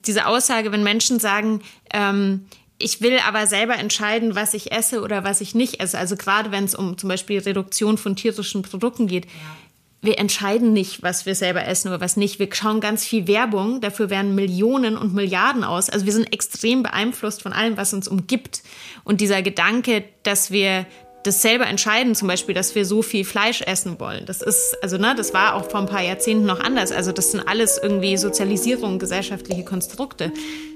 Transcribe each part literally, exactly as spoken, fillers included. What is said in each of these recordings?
Diese Aussage, wenn Menschen sagen, ähm, ich will aber selber entscheiden, was ich esse oder was ich nicht esse. Also gerade wenn es um zum Beispiel Reduktion von tierischen Produkten geht. Ja. Wir entscheiden nicht, was wir selber essen oder was nicht. Wir schauen ganz viel Werbung. Dafür werden Millionen und Milliarden aus. Also wir sind extrem beeinflusst von allem, was uns umgibt. Und dieser Gedanke, dass wir das selber entscheiden, zum Beispiel, dass wir so viel Fleisch essen wollen. Das ist, also ne, das war auch vor ein paar Jahrzehnten noch anders. Also das sind alles irgendwie Sozialisierung, gesellschaftliche Konstrukte.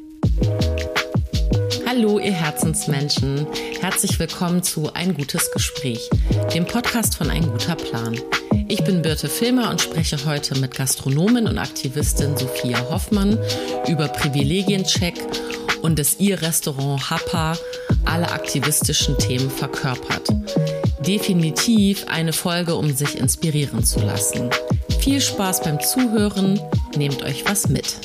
Hallo, ihr Herzensmenschen. Herzlich willkommen zu Ein gutes Gespräch, dem Podcast von Ein guter Plan. Ich bin Birte Filmer und spreche heute mit Gastronomin und Aktivistin Sophia Hoffmann über Privilegiencheck und dass ihr Restaurant Hapa alle aktivistischen Themen verkörpert. Definitiv eine Folge, um sich inspirieren zu lassen. Viel Spaß beim Zuhören, nehmt euch was mit.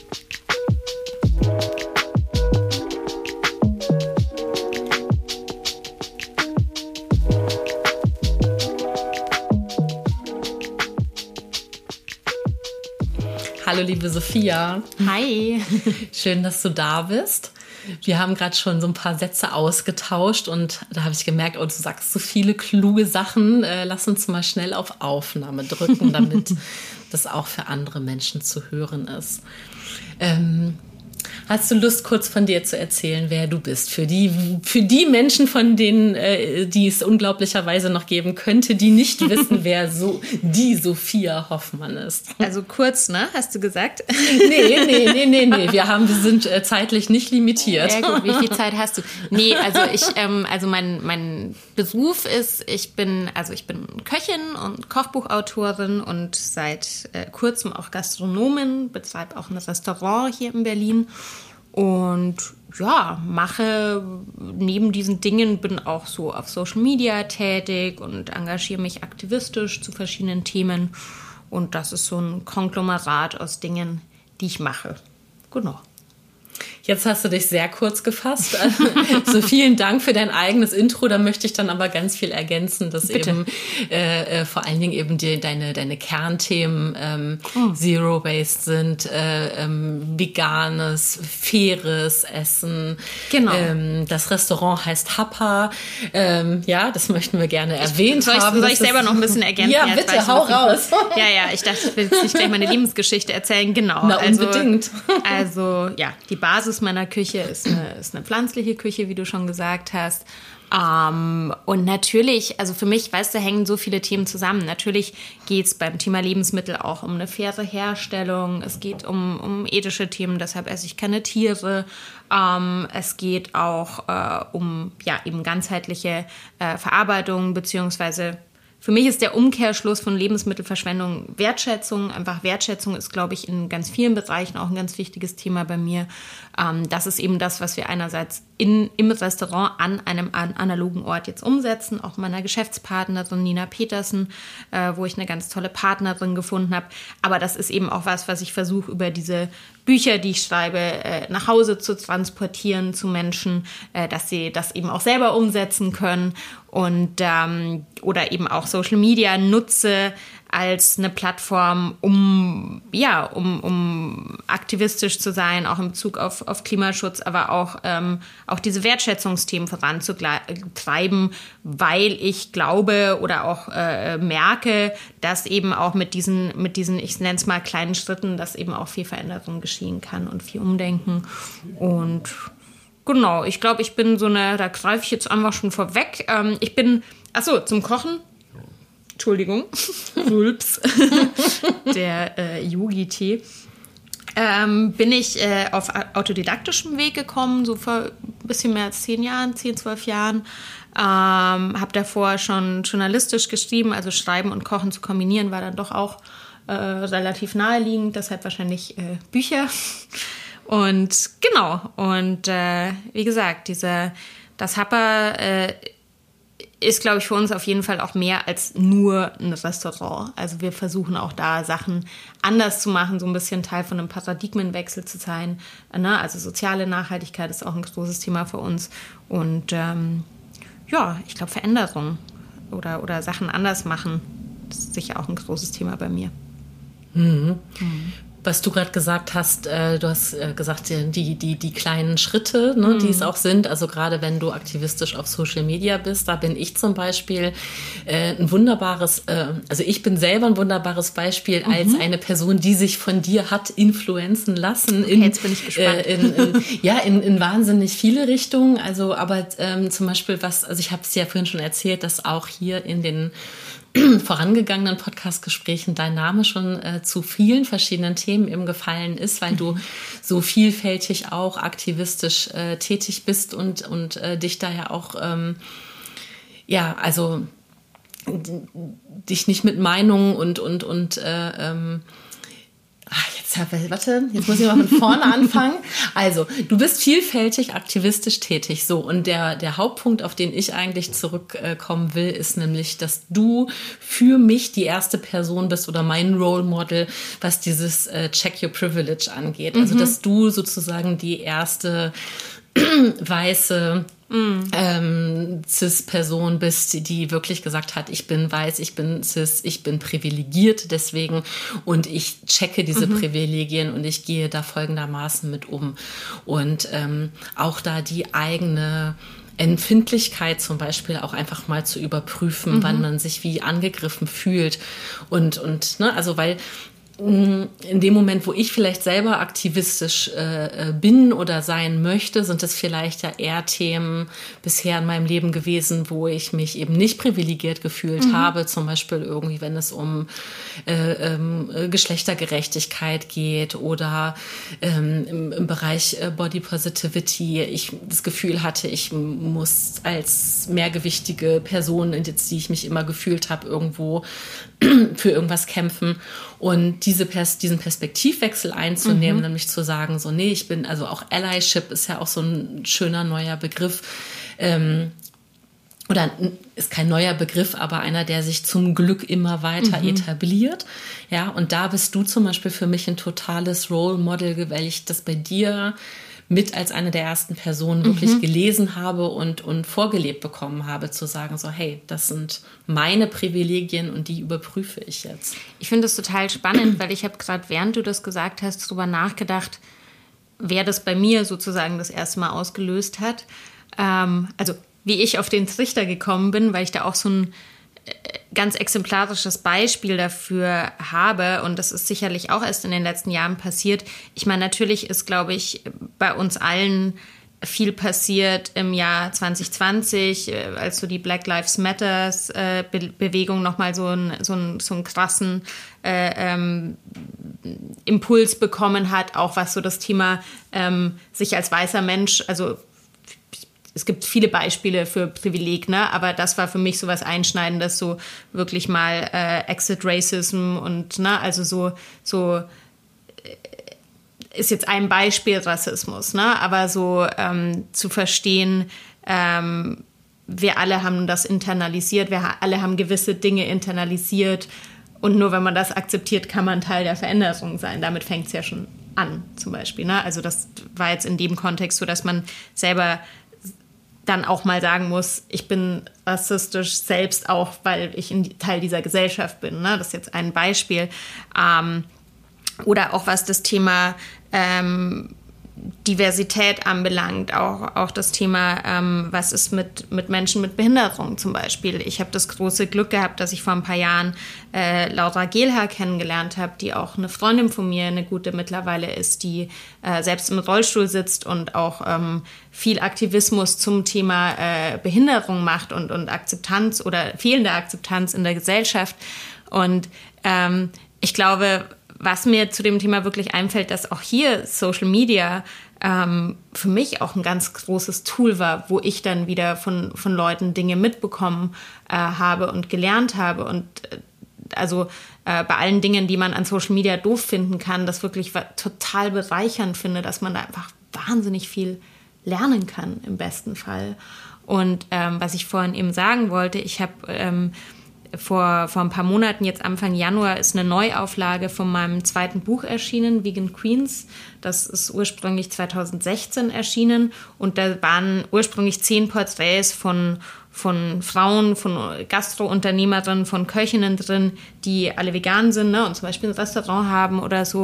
Hallo liebe Sophia. Hi. Schön, dass du da bist. Wir haben gerade schon so ein paar Sätze ausgetauscht und da habe ich gemerkt, oh, du sagst so viele kluge Sachen. Äh, lass uns mal schnell auf Aufnahme drücken, damit das auch für andere Menschen zu hören ist. Ähm, Hast du Lust, kurz von dir zu erzählen, wer du bist? Für die, für die Menschen, von denen, äh, die es unglaublicherweise noch geben könnte, die nicht wissen, wer so die Sophia Hoffmann ist. Also kurz, ne? Hast du gesagt? Nee, nee, nee, nee, nee. Wir haben, wir sind äh, zeitlich nicht limitiert. Ja gut, wie viel Zeit hast du? Nee, also ich, ähm, also mein, mein Beruf ist, ich bin, also ich bin Köchin und Kochbuchautorin und seit äh, kurzem auch Gastronomin, betreibe auch ein Restaurant hier in Berlin. Und ja, mache neben diesen Dingen, bin auch so auf Social Media tätig und engagiere mich aktivistisch zu verschiedenen Themen. Und das ist so ein Konglomerat aus Dingen, die ich mache. Genau. Jetzt hast du dich sehr kurz gefasst. So vielen Dank für dein eigenes Intro. Da möchte ich dann aber ganz viel ergänzen, dass Bitte. eben äh, äh, vor allen Dingen eben die, deine, deine Kernthemen ähm, oh. Zero Waste sind, äh, ähm, veganes, faires Essen. Genau. Ähm, das Restaurant heißt Hapa. Ähm, ja, das möchten wir gerne erwähnt soll ich, haben. Soll ich selber noch ein bisschen ergänzen? Ja, bitte, ja, hau raus. Ja, ja, ich dachte, ich will jetzt nicht gleich meine Lebensgeschichte erzählen. Genau. Na, unbedingt. Also, also ja, die Basis meiner Küche ist eine, ist eine pflanzliche Küche, wie du schon gesagt hast. Ähm, und natürlich, also für mich, weißt du, hängen so viele Themen zusammen. Natürlich geht es beim Thema Lebensmittel auch um eine faire Herstellung. Es geht um, um ethische Themen, deshalb esse ich keine Tiere. Ähm, es geht auch äh, um ja, eben ganzheitliche äh, Verarbeitung, beziehungsweise für mich ist der Umkehrschluss von Lebensmittelverschwendung Wertschätzung. Einfach Wertschätzung ist, glaube ich, in ganz vielen Bereichen auch ein ganz wichtiges Thema bei mir. Ähm, das ist eben das, was wir einerseits in, im Restaurant an einem an analogen Ort jetzt umsetzen. Auch meiner Geschäftspartnerin Nina Petersen, äh, wo ich eine ganz tolle Partnerin gefunden habe. Aber das ist eben auch was, was ich versuche, über diese Bücher, die ich schreibe, äh, nach Hause zu transportieren zu Menschen, äh, dass sie das eben auch selber umsetzen können. Und ähm, oder eben auch Social Media nutze als eine Plattform, um ja, um, um aktivistisch zu sein, auch in Bezug auf, auf Klimaschutz, aber auch, ähm, auch diese Wertschätzungsthemen voranzutreiben, weil ich glaube oder auch äh, merke, dass eben auch mit diesen, mit diesen, ich nenne es mal kleinen Schritten, dass eben auch viel Veränderung geschehen kann und viel Umdenken. Und genau, ich glaube, ich bin so eine, da greife ich jetzt einfach schon vorweg. Ähm, ich bin, achso, zum Kochen. Entschuldigung. Rülps. Der äh, Yogi-Tee. Ähm, bin ich äh, auf autodidaktischem Weg gekommen, so vor ein bisschen mehr als zehn Jahren, zehn, zwölf Jahren. Ähm, habe davor schon journalistisch geschrieben, also Schreiben und Kochen zu kombinieren, war dann doch auch äh, relativ naheliegend, deshalb wahrscheinlich äh, Bücher. Und genau, und äh, wie gesagt, diese, das Hapa äh, ist, glaube ich, für uns auf jeden Fall auch mehr als nur ein Restaurant. Also wir versuchen auch da Sachen anders zu machen, so ein bisschen Teil von einem Paradigmenwechsel zu sein. Ne? Also soziale Nachhaltigkeit ist auch ein großes Thema für uns. Und ähm, ja, ich glaube, Veränderung oder, oder Sachen anders machen, das ist sicher auch ein großes Thema bei mir. Mhm. Mhm. Was du gerade gesagt hast, äh, du hast äh, gesagt, die, die, die kleinen Schritte, ne, mhm. die es auch sind, also gerade wenn du aktivistisch auf Social Media bist, da bin ich zum Beispiel äh, ein wunderbares, äh, also ich bin selber ein wunderbares Beispiel mhm. als eine Person, die sich von dir hat influenzen lassen. Okay, in, jetzt bin ich gespannt. Äh, in, in, ja, in, in wahnsinnig viele Richtungen, also aber ähm, zum Beispiel was, also ich habe es ja vorhin schon erzählt, dass auch hier in den vorangegangenen Podcast-Gesprächen dein Name schon äh, zu vielen verschiedenen Themen eben gefallen ist, weil du so vielfältig auch aktivistisch äh, tätig bist und, und äh, dich da ja auch, ähm, ja, also d- dich nicht mit Meinungen und, und, und äh, ähm, Ach, jetzt, warte, jetzt muss ich mal von vorne anfangen. Also, du bist vielfältig aktivistisch tätig. So, und der, der Hauptpunkt, auf den ich eigentlich zurückkommen will, ist nämlich, dass du für mich die erste Person bist oder mein Role Model, was dieses äh, Check Your Privilege angeht. Also, mhm. dass du sozusagen die erste weiße Mm. Ähm, Cis-Person bist, die wirklich gesagt hat, ich bin weiß, ich bin cis, ich bin privilegiert deswegen und ich checke diese mhm. Privilegien und ich gehe da folgendermaßen mit um. Und ähm, auch da die eigene Empfindlichkeit zum Beispiel auch einfach mal zu überprüfen, mhm. wann man sich wie angegriffen fühlt. Und, und ne, also weil in dem Moment, wo ich vielleicht selber aktivistisch äh, bin oder sein möchte, sind es vielleicht ja eher Themen bisher in meinem Leben gewesen, wo ich mich eben nicht privilegiert gefühlt mhm. habe. Zum Beispiel irgendwie, wenn es um äh, äh, Geschlechtergerechtigkeit geht oder ähm, im, im Bereich äh, Body Positivity. Ich das Gefühl hatte, ich muss als mehrgewichtige Person, in die ich mich immer gefühlt habe, irgendwo für irgendwas kämpfen. Und diese Pers- diesen Perspektivwechsel einzunehmen, mhm. nämlich zu sagen, so, nee, ich bin, also auch Allyship ist ja auch so ein schöner neuer Begriff, ähm, oder ist kein neuer Begriff, aber einer, der sich zum Glück immer weiter mhm. etabliert. Ja, und da bist du zum Beispiel für mich ein totales Role Model, weil ich das bei dir mit als eine der ersten Personen wirklich mhm. gelesen habe und, und vorgelebt bekommen habe, zu sagen, so, hey, das sind meine Privilegien und die überprüfe ich jetzt. Ich finde das total spannend, weil ich habe gerade, während du das gesagt hast, darüber nachgedacht, wer das bei mir sozusagen das erste Mal ausgelöst hat. Ähm, also wie ich auf den Trichter gekommen bin, weil ich da auch so ein ganz exemplarisches Beispiel dafür habe, und das ist sicherlich auch erst in den letzten Jahren passiert. Ich meine, natürlich ist, glaube ich, bei uns allen viel passiert im Jahr zwanzig zwanzig, als so die Black Lives Matters äh, Be- Bewegung nochmal so, ein, so, ein, so einen krassen äh, ähm, Impuls bekommen hat, auch was so das Thema ähm, sich als weißer Mensch, also es gibt viele Beispiele für Privileg, ne? Aber das war für mich so was Einschneidendes, so wirklich mal äh, Exit Racism und, ne, also so, so äh, ist jetzt ein Beispiel Rassismus, ne? Aber so ähm, zu verstehen, ähm, wir alle haben das internalisiert, wir alle haben gewisse Dinge internalisiert und nur wenn man das akzeptiert, kann man Teil der Veränderung sein. Damit fängt es ja schon an, zum Beispiel, ne? Also das war jetzt in dem Kontext so, dass man selber dann auch mal sagen muss, ich bin rassistisch selbst auch, weil ich ein Teil dieser Gesellschaft bin. Ne? Das ist jetzt ein Beispiel. Ähm, oder auch was das Thema ähm, Diversität anbelangt, auch, auch das Thema, ähm, was ist mit, mit Menschen mit Behinderung zum Beispiel. Ich habe das große Glück gehabt, dass ich vor ein paar Jahren äh, Laura Gehlherr kennengelernt habe, die auch eine Freundin von mir, eine gute mittlerweile ist, die äh, selbst im Rollstuhl sitzt und auch ähm, viel Aktivismus zum Thema äh, Behinderung macht und, und Akzeptanz oder fehlende Akzeptanz in der Gesellschaft. Und ähm, ich glaube, was mir zu dem Thema wirklich einfällt, dass auch hier Social Media ähm, für mich auch ein ganz großes Tool war, wo ich dann wieder von, von Leuten Dinge mitbekommen äh, habe und gelernt habe. Und äh, also äh, bei allen Dingen, die man an Social Media doof finden kann, das wirklich total bereichernd finde, dass man da einfach wahnsinnig viel lernen kann im besten Fall. Und ähm, was ich vorhin eben sagen wollte, ich habe ähm, Vor, vor ein paar Monaten, jetzt Anfang Januar, ist eine Neuauflage von meinem zweiten Buch erschienen, Vegan Queens. Das ist ursprünglich zwanzig sechzehn erschienen und da waren ursprünglich zehn Porträts von, von Frauen, von Gastrounternehmerinnen, von Köchinnen drin, die alle vegan sind, ne, und zum Beispiel ein Restaurant haben oder so.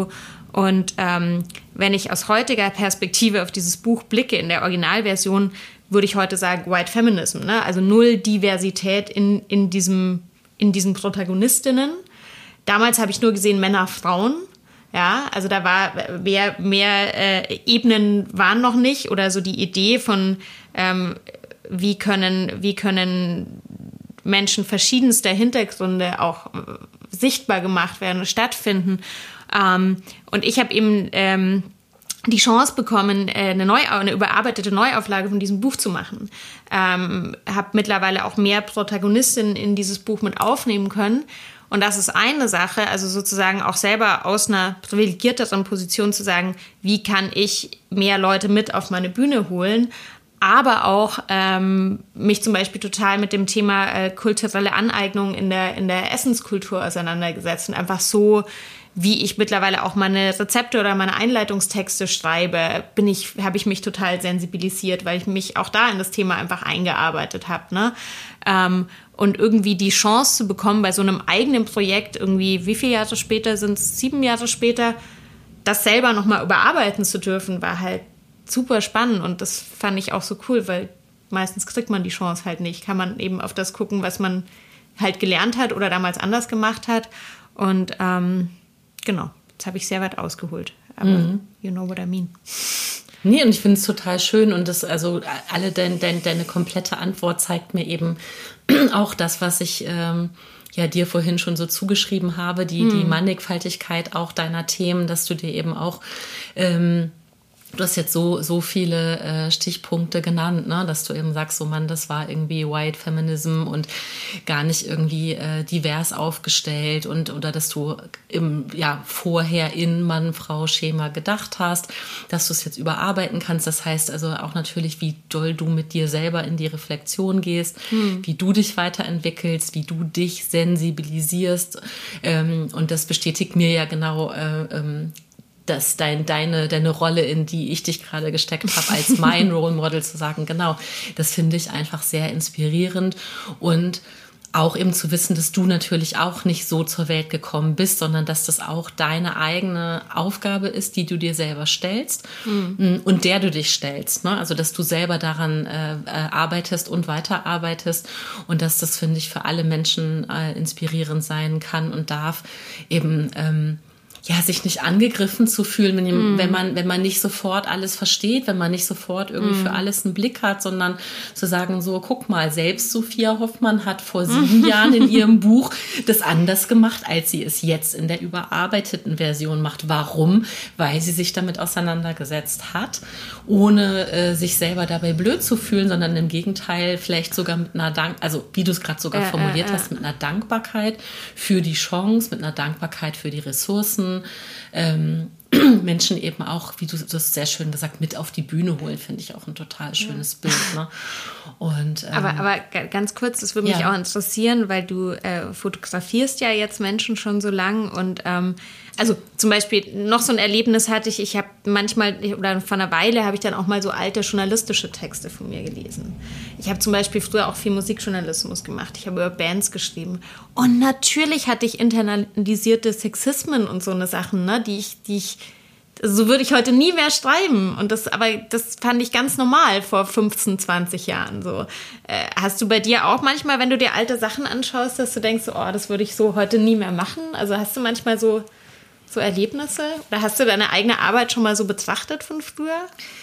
Und ähm, wenn ich aus heutiger Perspektive auf dieses Buch blicke, in der Originalversion, würde ich heute sagen White Feminism, ne? Also null Diversität in, in, diesem, in diesen Protagonistinnen. Damals habe ich nur gesehen Männer, Frauen. Ja, also da war mehr, mehr äh, Ebenen waren noch nicht oder so die Idee von ähm, wie können, wie können Menschen verschiedenster Hintergründe auch äh, sichtbar gemacht werden, stattfinden. Ähm, und ich habe eben ähm, die Chance bekommen, äh, eine, neu, eine überarbeitete Neuauflage von diesem Buch zu machen. Ähm, habe mittlerweile auch mehr Protagonistinnen in dieses Buch mit aufnehmen können. Und das ist eine Sache, also sozusagen auch selber aus einer privilegierteren Position zu sagen, wie kann ich mehr Leute mit auf meine Bühne holen, aber auch ähm, mich zum Beispiel total mit dem Thema äh, kulturelle Aneignung in der, in der Essenskultur auseinandergesetzt und einfach so, wie ich mittlerweile auch meine Rezepte oder meine Einleitungstexte schreibe, bin ich, habe ich mich total sensibilisiert, weil ich mich auch da in das Thema einfach eingearbeitet habe, ne? Ähm, und irgendwie die Chance zu bekommen, bei so einem eigenen Projekt irgendwie, wie viele Jahre später sind es, sieben Jahre später, das selber nochmal überarbeiten zu dürfen, war halt super spannend und das fand ich auch so cool, weil meistens kriegt man die Chance halt nicht. Kann man eben auf das gucken, was man halt gelernt hat oder damals anders gemacht hat und ähm, genau, jetzt habe ich sehr weit ausgeholt, aber mhm. you know what I mean. Nee, und ich finde es total schön und das, also alle dein, dein, deine komplette Antwort zeigt mir eben auch das, was ich ähm, ja dir vorhin schon so zugeschrieben habe, die, hm. die Mannigfaltigkeit auch deiner Themen, dass du dir eben auch ähm, du hast jetzt so, so viele äh, Stichpunkte genannt, ne? Dass du eben sagst, so Mann, das war irgendwie White Feminism und gar nicht irgendwie äh, divers aufgestellt und oder dass du im ja vorher in Mann-Frau-Schema gedacht hast, dass du es jetzt überarbeiten kannst. Das heißt also auch natürlich, wie doll du mit dir selber in die Reflexion gehst, hm. wie du dich weiterentwickelst, wie du dich sensibilisierst. Ähm, und das bestätigt mir ja genau äh, ähm, dass dein, deine, deine Rolle, in die ich dich gerade gesteckt habe, als mein Role Model zu sagen, genau, das finde ich einfach sehr inspirierend und auch eben zu wissen, dass du natürlich auch nicht so zur Welt gekommen bist, sondern dass das auch deine eigene Aufgabe ist, die du dir selber stellst mhm. und der du dich stellst, ne? Also, dass du selber daran äh, arbeitest und weiterarbeitest und dass das, finde ich, für alle Menschen äh, inspirierend sein kann und darf, eben ähm, ja, sich nicht angegriffen zu fühlen, wenn, mm. wenn man wenn man nicht sofort alles versteht, wenn man nicht sofort irgendwie mm. für alles einen Blick hat, sondern zu sagen so, guck mal, selbst Sophia Hoffmann hat vor sieben Jahren in ihrem Buch das anders gemacht, als sie es jetzt in der überarbeiteten Version macht. Warum? Weil sie sich damit auseinandergesetzt hat, ohne äh, sich selber dabei blöd zu fühlen, sondern im Gegenteil vielleicht sogar mit einer Dank, also wie du es gerade sogar äh, formuliert äh, hast, mit einer Dankbarkeit für die Chance, mit einer Dankbarkeit für die Ressourcen, Ähm, Menschen eben auch, wie du das sehr schön gesagt, mit auf die Bühne holen, finde ich auch ein total schönes ja. Bild. Ne? Und, ähm, aber, aber ganz kurz, das würde mich ja. auch interessieren, weil du äh, fotografierst ja jetzt Menschen schon so lang und ähm, also zum Beispiel noch so ein Erlebnis hatte ich, ich habe manchmal, oder vor einer Weile habe ich dann auch mal so alte journalistische Texte von mir gelesen. Ich habe zum Beispiel früher auch viel Musikjournalismus gemacht. Ich habe über Bands geschrieben. Und natürlich hatte ich internalisierte Sexismen und so eine Sachen, ne, die ich, die ich, so würde ich heute nie mehr schreiben. Und das, aber das fand ich ganz normal vor fünfzehn, zwanzig Jahren so. Äh, hast du bei dir auch manchmal, wenn du dir alte Sachen anschaust, dass du denkst, oh, das würde ich so heute nie mehr machen? Also hast du manchmal so So Erlebnisse? Oder hast du deine eigene Arbeit schon mal so betrachtet von früher?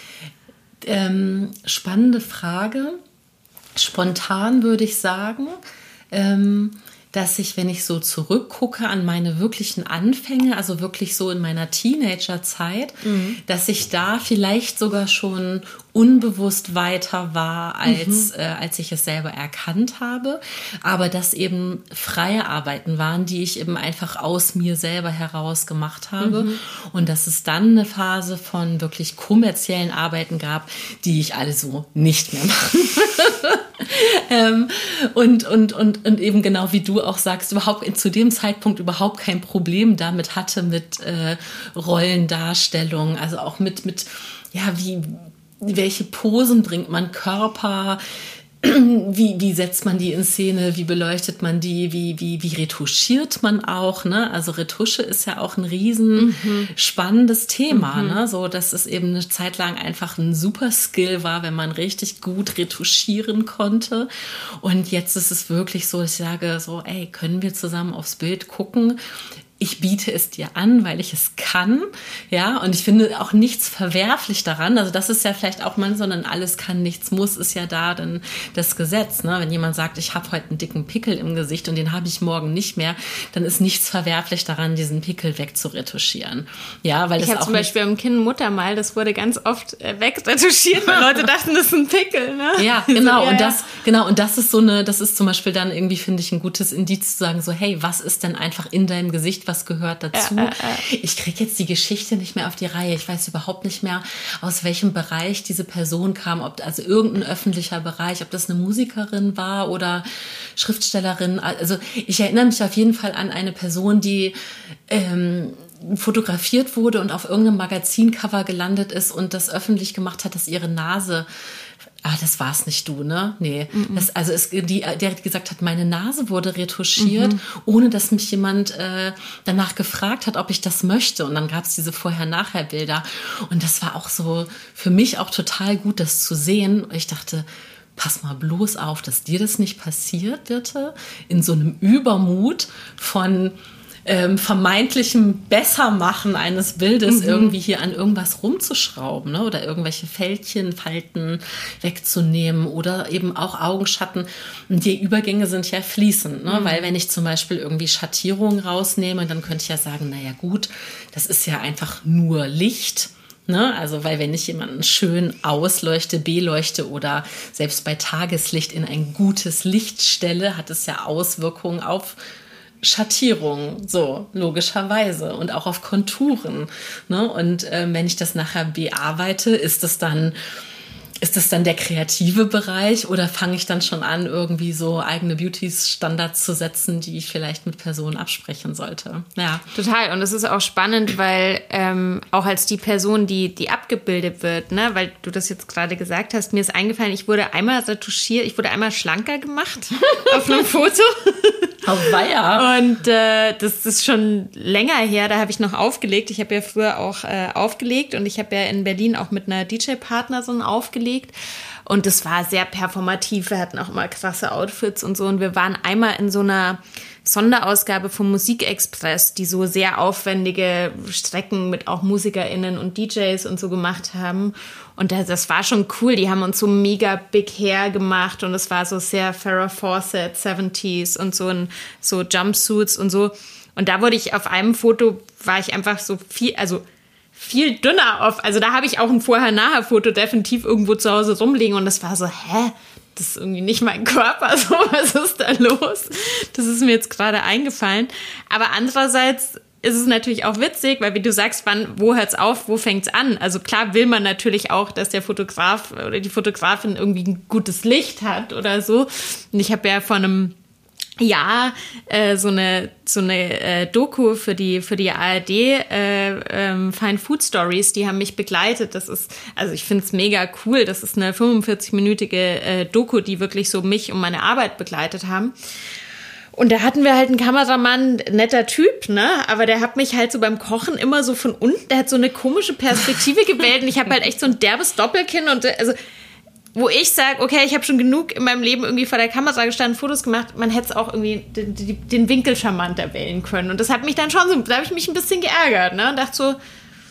Ähm, spannende Frage. Spontan würde ich sagen, ähm, dass ich, wenn ich so zurückgucke an meine wirklichen Anfänge, also wirklich so in meiner Teenagerzeit, mhm. dass ich da vielleicht sogar schon unbewusst weiter war, als, mhm. äh, als ich es selber erkannt habe. Aber dass eben freie Arbeiten waren, die ich eben einfach aus mir selber heraus gemacht habe. Mhm. Und dass es dann eine Phase von wirklich kommerziellen Arbeiten gab, die ich alle so nicht mehr machen würde. ähm, und, und, und, und eben genau wie du auch sagst, überhaupt zu dem Zeitpunkt überhaupt kein Problem damit hatte mit äh, Rollendarstellung, also auch mit, mit ja, wie welche Posen bringt man Körper wie, wie setzt man die in Szene, wie beleuchtet man die, wie, wie, wie retuschiert man auch, ne? Also Retusche ist ja auch ein riesen mhm. spannendes Thema, mhm. ne? So, dass es eben eine Zeit lang einfach ein super Skill war, wenn man richtig gut retuschieren konnte. Und jetzt ist es wirklich so, ich sage so, ey, können wir zusammen aufs Bild gucken? Ich biete es dir an, weil ich es kann, ja, und ich finde auch nichts verwerflich daran. Also das ist ja vielleicht auch mal, sondern alles kann, nichts muss, ist ja da dann das Gesetz, ne? Wenn jemand sagt, ich habe heute einen dicken Pickel im Gesicht und den habe ich morgen nicht mehr, dann ist nichts verwerflich daran, diesen Pickel wegzuretuschieren. Ja, weil ich das habe auch zum Beispiel am Kinn Muttermal, das wurde ganz oft äh, wegretuschiert, weil Leute dachten, das ist ein Pickel, ne? Ja, genau. So, ja, und das, ja. genau, und das ist so eine, das ist zum Beispiel dann irgendwie, finde ich, ein gutes Indiz zu sagen, so, hey, was ist denn einfach in deinem Gesicht, was gehört dazu? Äh, äh, äh. Ich kriege jetzt die Geschichte nicht mehr auf die Reihe. Ich weiß überhaupt nicht mehr, aus welchem Bereich diese Person kam, ob also irgendein öffentlicher Bereich, ob das eine Musikerin war oder Schriftstellerin. Also ich erinnere mich auf jeden Fall an eine Person, die ähm, fotografiert wurde und auf irgendeinem Magazincover gelandet ist und das öffentlich gemacht hat, dass ihre Nase... Ah, das war's nicht du, ne? Nee. Mm-mm. Das, also es, die, der gesagt hat, meine Nase wurde retuschiert, mhm. ohne dass mich jemand äh, danach gefragt hat, ob ich das möchte. Und dann gab's diese Vorher-Nachher-Bilder. Und das war auch so für mich auch total gut, das zu sehen. Und ich dachte, pass mal bloß auf, dass dir das nicht passiert, bitte. In so einem Übermut von... Ähm, vermeintlichem Bessermachen eines Bildes mhm. irgendwie hier an irgendwas rumzuschrauben, ne? Oder irgendwelche Fältchen, Falten wegzunehmen oder eben auch Augenschatten. Und die Übergänge sind ja fließend, ne? Mhm. Weil wenn ich zum Beispiel irgendwie Schattierungen rausnehme, dann könnte ich ja sagen, naja gut, das ist ja einfach nur Licht. Ne? Also, weil wenn ich jemanden schön ausleuchte, beleuchte oder selbst bei Tageslicht in ein gutes Licht stelle, hat es ja Auswirkungen auf Schattierung, so logischerweise und auch auf Konturen. Ne? Und äh, wenn ich das nachher bearbeite, ist das dann Ist das dann der kreative Bereich oder fange ich dann schon an, irgendwie so eigene Beauty-Standards zu setzen, die ich vielleicht mit Personen absprechen sollte? Ja. Total. Und es ist auch spannend, weil ähm, auch als die Person, die, die abgebildet wird, ne, weil du das jetzt gerade gesagt hast, mir ist eingefallen, ich wurde einmal retuschiert, ich wurde einmal schlanker gemacht auf einem Foto. Oh, weia. Und äh, das ist schon länger her, da habe ich noch aufgelegt. Ich habe ja früher auch äh, aufgelegt und ich habe ja in Berlin auch mit einer D J-Partnerin aufgelegt. Und das war sehr performativ. Wir hatten auch immer krasse Outfits und so. Und wir waren einmal in so einer Sonderausgabe vom Musikexpress, die so sehr aufwendige Strecken mit auch MusikerInnen und D Js und so gemacht haben. Und das war schon cool. Die haben uns so mega Big Hair gemacht und es war so sehr Farrah Fawcett, siebziger und so, in, so Jumpsuits und so. Und da wurde ich auf einem Foto, war ich einfach so viel, also viel dünner auf. Also da habe ich auch ein Vorher-Nachher-Foto definitiv irgendwo zu Hause rumliegen und das war so, hä? Das ist irgendwie nicht mein Körper, so, was ist da los? Das ist mir jetzt gerade eingefallen. Aber andererseits ist es natürlich auch witzig, weil wie du sagst, wann, wo hört's auf, wo fängt's an? Also klar will man natürlich auch, dass der Fotograf oder die Fotografin irgendwie ein gutes Licht hat oder so. Und ich habe ja vor einem Jahr äh, so eine so eine äh, Doku für die für die A R D äh, ähm, Fine Food Stories, die haben mich begleitet. Das ist, also ich finde es mega cool. Das ist eine fünfundvierzig-minütige äh, Doku, die wirklich so mich und meine Arbeit begleitet haben. Und da hatten wir halt einen Kameramann, netter Typ, ne? Aber der hat mich halt so beim Kochen immer so von unten, der hat so eine komische Perspektive gewählt und ich habe halt echt so ein derbes Doppelkinn und also wo ich sage, okay, ich habe schon genug in meinem Leben irgendwie vor der Kamera gestanden, Fotos gemacht, man hätte es auch irgendwie den, den Winkel charmanter wählen können. Und das hat mich dann schon so, da habe ich mich ein bisschen geärgert, ne? Und dachte so,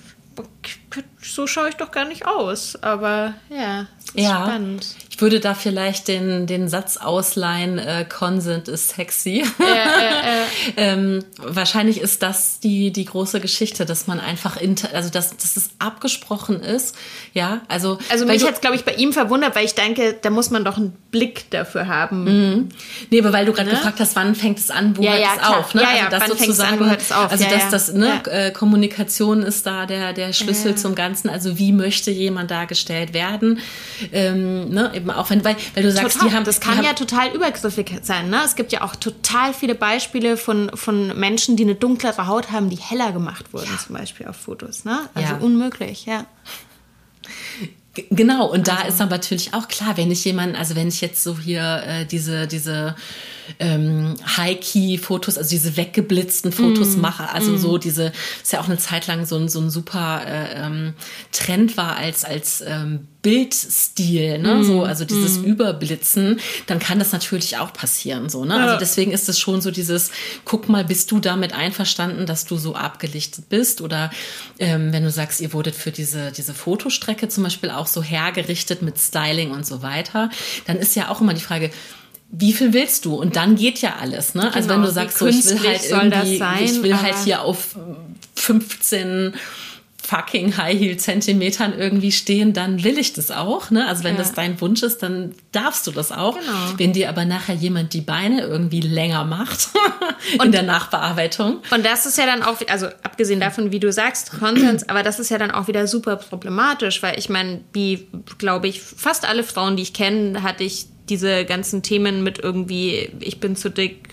so schaue ich doch gar nicht aus. Aber ja, das ist ja, spannend. Ich würde da vielleicht den, den Satz ausleihen, äh, Consent ist sexy. Äh, äh, äh. ähm, wahrscheinlich ist das die, die große Geschichte, dass man einfach, inter, also dass, dass es abgesprochen ist. Ja, also. Also mich hat es, glaube ich, bei ihm verwundert, weil ich denke, da muss man doch einen Blick dafür haben. Mhm. Nee, aber weil du gerade ne? gefragt hast, wann fängt es an, wo ja, hört ja, es klar. auf? Ne? Ja, ja, also das wann fängt es an, wo hört es auf? Also ja, dass ja. das, ne, ja. äh, Kommunikation ist da der, der Schlüssel ja. zum Ganzen. Also wie möchte jemand dargestellt werden? Ähm, ne, eben auch wenn, weil, weil du sagst, total. die haben das kann die ja haben, total übergriffig sein. Ne? Es gibt ja auch total viele Beispiele von, von Menschen, die eine dunklere Haut haben, die heller gemacht wurden, ja. zum Beispiel auf Fotos. Ne? Also ja. unmöglich, ja. G- Genau, und da also. ist aber natürlich auch klar, wenn ich jemanden, also wenn ich jetzt so hier äh, diese, diese ähm, High-Key-Fotos, also diese weggeblitzten Fotos mm. mache, also mm. so diese, ist ja auch eine Zeit lang so ein, so ein super äh, ähm, Trend war als, als ähm, Bildstil, ne, mm. so, also dieses mm. Überblitzen, dann kann das natürlich auch passieren, so, ne, ja. Also deswegen ist es schon so dieses, guck mal, bist du damit einverstanden, dass du so abgelichtet bist, oder ähm, wenn du sagst, ihr wurdet für diese, diese Fotostrecke zum Beispiel auch so hergerichtet mit Styling und so weiter, dann ist ja auch immer die Frage, wie viel willst du? Und dann geht ja alles, ne? Genau, also wenn du sagst, so, ich will halt irgendwie, sein, ich will halt hier auf fünfzehn fucking High Heel Zentimetern irgendwie stehen, dann will ich das auch, ne? Also wenn ja. das dein Wunsch ist, dann darfst du das auch. Genau. Wenn dir aber nachher jemand die Beine irgendwie länger macht in und, der Nachbearbeitung. Und das ist ja dann auch, also abgesehen davon, wie du sagst, Konsens, aber das ist ja dann auch wieder super problematisch, weil ich meine, wie, glaube ich, fast alle Frauen, die ich kenne, hatte ich diese ganzen Themen mit irgendwie, ich bin zu dick,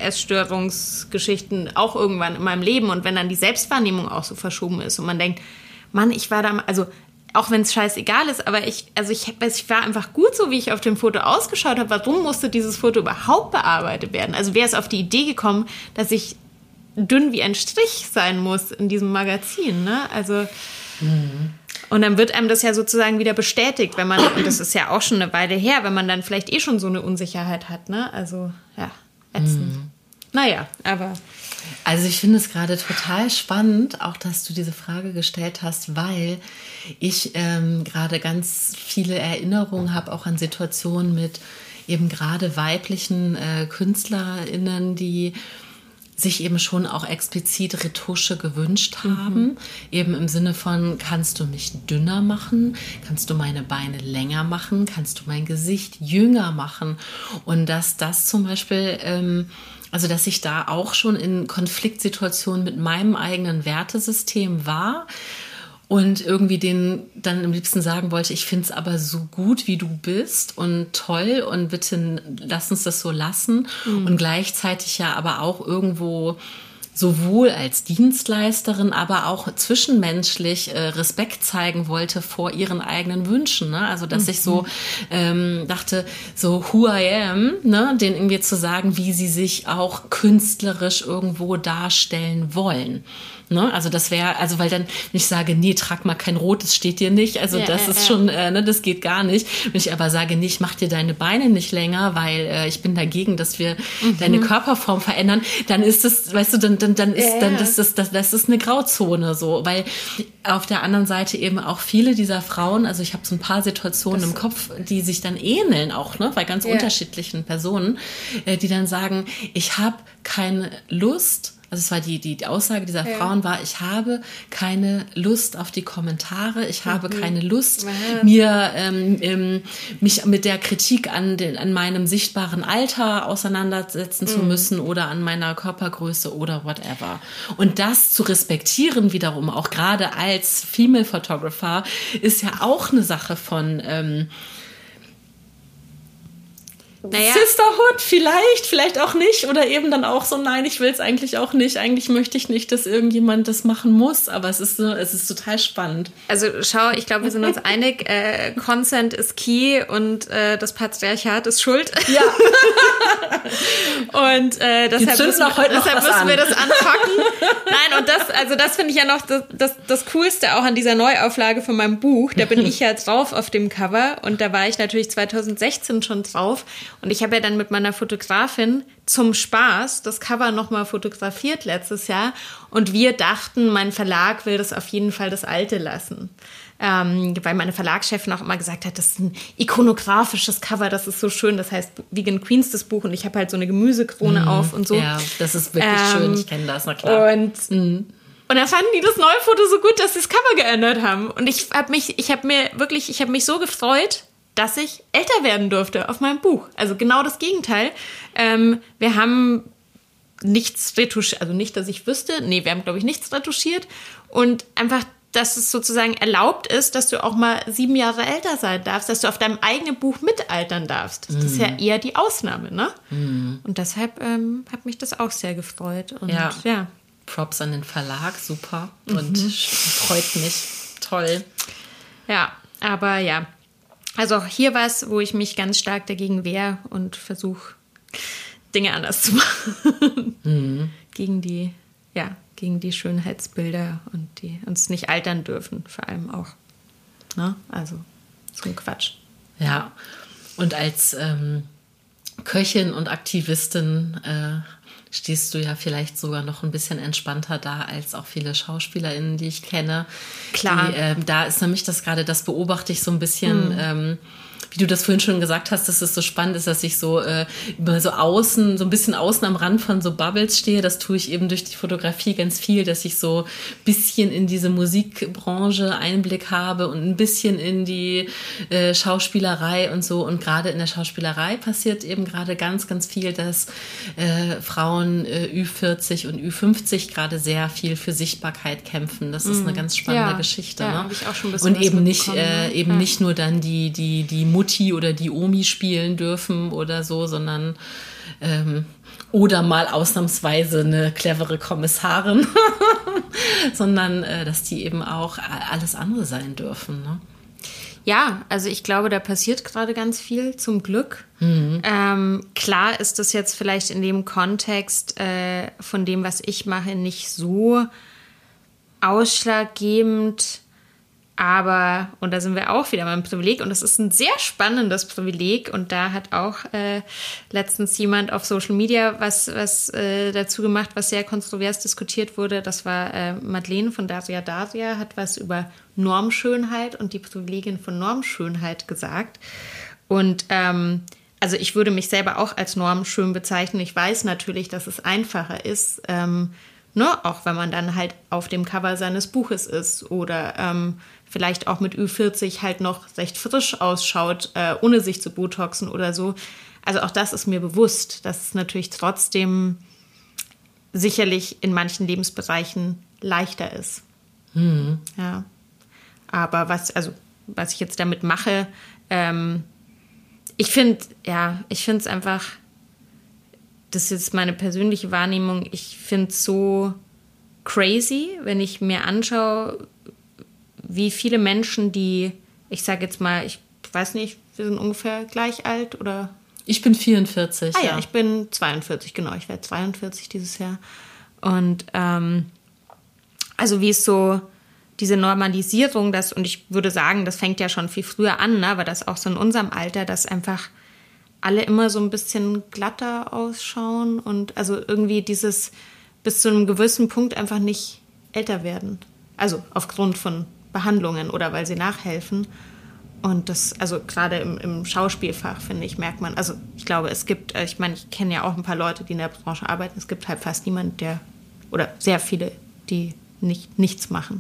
Essstörungsgeschichten auch irgendwann in meinem Leben. Und wenn dann die Selbstwahrnehmung auch so verschoben ist und man denkt, Mann, ich war da, also auch wenn es scheißegal ist, aber ich, also ich, ich war einfach gut so, wie ich auf dem Foto ausgeschaut habe. Warum musste dieses Foto überhaupt bearbeitet werden? Also wäre es auf die Idee gekommen, dass ich dünn wie ein Strich sein muss in diesem Magazin, ne? Also mhm. Und dann wird einem das ja sozusagen wieder bestätigt, wenn man, und das ist ja auch schon eine Weile her, wenn man dann vielleicht eh schon so eine Unsicherheit hat, ne? Also, ja, ätzend. Mm. Naja, aber... Also ich finde es gerade total spannend, auch dass du diese Frage gestellt hast, weil ich ähm, gerade ganz viele Erinnerungen habe, auch an Situationen mit eben gerade weiblichen äh, KünstlerInnen, die sich eben schon auch explizit Retusche gewünscht haben, mhm. eben im Sinne von, kannst du mich dünner machen, kannst du meine Beine länger machen, kannst du mein Gesicht jünger machen, und dass das zum Beispiel, ähm, also dass ich da auch schon in Konfliktsituationen mit meinem eigenen Wertesystem war und irgendwie denen dann am liebsten sagen wollte, ich finde es aber so gut, wie du bist und toll und bitte lass uns das so lassen. Mhm. Und gleichzeitig ja aber auch irgendwo sowohl als Dienstleisterin, aber auch zwischenmenschlich äh, Respekt zeigen wollte vor ihren eigenen Wünschen. Ne? Also dass mhm. ich so ähm, dachte, so who I am, ne? Denen irgendwie zu sagen, wie sie sich auch künstlerisch irgendwo darstellen wollen. Ne? Also das wäre, also weil dann, wenn ich sage, nee, trag mal kein Rot, das steht dir nicht, also ja, das äh, ist äh. schon, äh, ne, das geht gar nicht. Wenn ich aber sage, nee, ich mach dir deine Beine nicht länger, weil äh, ich bin dagegen, dass wir mhm. deine Körperform verändern, dann ist das, weißt du, dann, dann, dann ist, ja, dann, das, das, das, das ist eine Grauzone, so, weil auf der anderen Seite eben auch viele dieser Frauen, also ich habe so ein paar Situationen das im Kopf, die sich dann ähneln auch, ne, bei ganz ja. unterschiedlichen Personen, äh, die dann sagen, ich habe keine Lust. Also es war die, die, die Aussage dieser ja. Frauen war, ich habe keine Lust auf die Kommentare, ich habe mhm. keine Lust, ja. mir ähm, ähm, mich mit der Kritik an, den, an meinem sichtbaren Alter auseinandersetzen mhm. zu müssen oder an meiner Körpergröße oder whatever. Und das zu respektieren wiederum, auch gerade als Female Photographer, ist ja auch eine Sache von... Ähm, Naja. Sisterhood, vielleicht, vielleicht auch nicht. Oder eben dann auch so, nein, ich will es eigentlich auch nicht. Eigentlich möchte ich nicht, dass irgendjemand das machen muss. Aber es ist, so, es ist total spannend. Also schau, ich glaube, wir sind uns einig, äh, Consent ist key und äh, das Patriarchat ist schuld. Ja. Und äh, deshalb, müssen, auch heute deshalb noch müssen an. wir das anpacken. Nein, und das, also das finde ich ja noch das, das, das Coolste auch an dieser Neuauflage von meinem Buch. Da bin ich ja drauf auf dem Cover und da war ich natürlich zwanzig sechzehn schon drauf. Und ich habe ja dann mit meiner Fotografin zum Spaß das Cover nochmal fotografiert letztes Jahr. Und wir dachten, mein Verlag will das auf jeden Fall das Alte lassen. Ähm, weil meine Verlagschefin auch immer gesagt hat, das ist ein ikonografisches Cover, das ist so schön. Das heißt Vegan Queens, das Buch. Und ich habe halt so eine Gemüsekrone mm, auf und so. Ja, das ist wirklich ähm, schön. Ich kenne das, na klar. Und... Mm. Und dann fanden die das neue Foto so gut, dass sie das Cover geändert haben. Und ich habe mich, ich habe mir wirklich, ich habe mich so gefreut, dass ich älter werden durfte auf meinem Buch. Also genau das Gegenteil. Ähm, wir haben nichts retuschiert, also nicht, dass ich wüsste. Nee, wir haben, glaube ich, nichts retuschiert. Und einfach, dass es sozusagen erlaubt ist, dass du auch mal sieben Jahre älter sein darfst, dass du auf deinem eigenen Buch mitaltern darfst. Das mm. ist ja eher die Ausnahme, ne? Mm. Und deshalb ähm, hat mich das auch sehr gefreut. Und ja. ja. Props an den Verlag, super. Und mhm. freut mich. Toll. Ja. aber ja, also auch hier was, wo ich mich ganz stark dagegen wehre und versuche, Dinge anders zu machen. Mhm. Gegen die, ja, gegen die Schönheitsbilder und die uns nicht altern dürfen, vor allem auch. Ne? Also so ein Quatsch. Ja, und als ähm, Köchin und Aktivistin äh, stehst du ja vielleicht sogar noch ein bisschen entspannter da als auch viele SchauspielerInnen, die ich kenne. Klar. Die, ähm, da ist nämlich das gerade, das beobachte ich so ein bisschen, mhm. ähm, wie du das vorhin schon gesagt hast, dass es so spannend ist, dass ich so äh, immer so außen, so ein bisschen außen am Rand von so Bubbles stehe. Das tue ich eben durch die Fotografie ganz viel, dass ich so ein bisschen in diese Musikbranche Einblick habe und ein bisschen in die äh, Schauspielerei und so. Und gerade in der Schauspielerei passiert eben gerade ganz, ganz viel, dass äh, Frauen äh, Ü vierzig und Ü fünfzig gerade sehr viel für Sichtbarkeit kämpfen. Das ist mm. eine ganz spannende ja. Geschichte. Ja, ne? habe ich auch schon ein bisschen Und eben nicht, äh, ne? eben ja. nicht nur dann die, die, die Mutti oder die Omi spielen dürfen oder so, sondern ähm, oder mal ausnahmsweise eine clevere Kommissarin, sondern äh, dass die eben auch alles andere sein dürfen. Ne? Ja, also ich glaube, da passiert gerade ganz viel, zum Glück. Mhm. Ähm, klar ist das jetzt vielleicht in dem Kontext äh, von dem, was ich mache, nicht so ausschlaggebend. Aber, und da sind wir auch wieder beim Privileg, und das ist ein sehr spannendes Privileg, und da hat auch äh, letztens jemand auf Social Media was, was äh, dazu gemacht, was sehr kontrovers diskutiert wurde. Das war äh, Madeleine von Daria Daria, hat was über Normschönheit und die Privilegien von Normschönheit gesagt. Und ähm, also ich würde mich selber auch als normschön bezeichnen. Ich weiß natürlich, dass es einfacher ist, ähm, ne? Auch wenn man dann halt auf dem Cover seines Buches ist oder ähm, vielleicht auch mit Ü vierzig halt noch recht frisch ausschaut, äh, ohne sich zu botoxen oder so. Also auch das ist mir bewusst, dass es natürlich trotzdem sicherlich in manchen Lebensbereichen leichter ist. Mhm. Ja. Aber was, also, was ich jetzt damit mache, ähm, ich finde, ja, ich finde es einfach, das ist jetzt meine persönliche Wahrnehmung, ich finde es so crazy, wenn ich mir anschaue, wie viele Menschen, die, ich sage jetzt mal, ich weiß nicht, wir sind ungefähr gleich alt oder? Ich bin vierundvierzig. Ah ja, ja, ich bin zweiundvierzig, genau, ich werde zweiundvierzig dieses Jahr. Und ähm, also wie es so diese Normalisierung, das, und ich würde sagen, das fängt ja schon viel früher an, ne, aber das auch so in unserem Alter, dass einfach alle immer so ein bisschen glatter ausschauen und also irgendwie dieses bis zu einem gewissen Punkt einfach nicht älter werden. Also aufgrund von Behandlungen oder weil sie nachhelfen. Und das, also gerade im, im Schauspielfach, finde ich, merkt man, also ich glaube, es gibt, ich meine, ich kenne ja auch ein paar Leute, die in der Branche arbeiten, es gibt halt fast niemand, der, oder sehr viele, die nicht, nichts machen.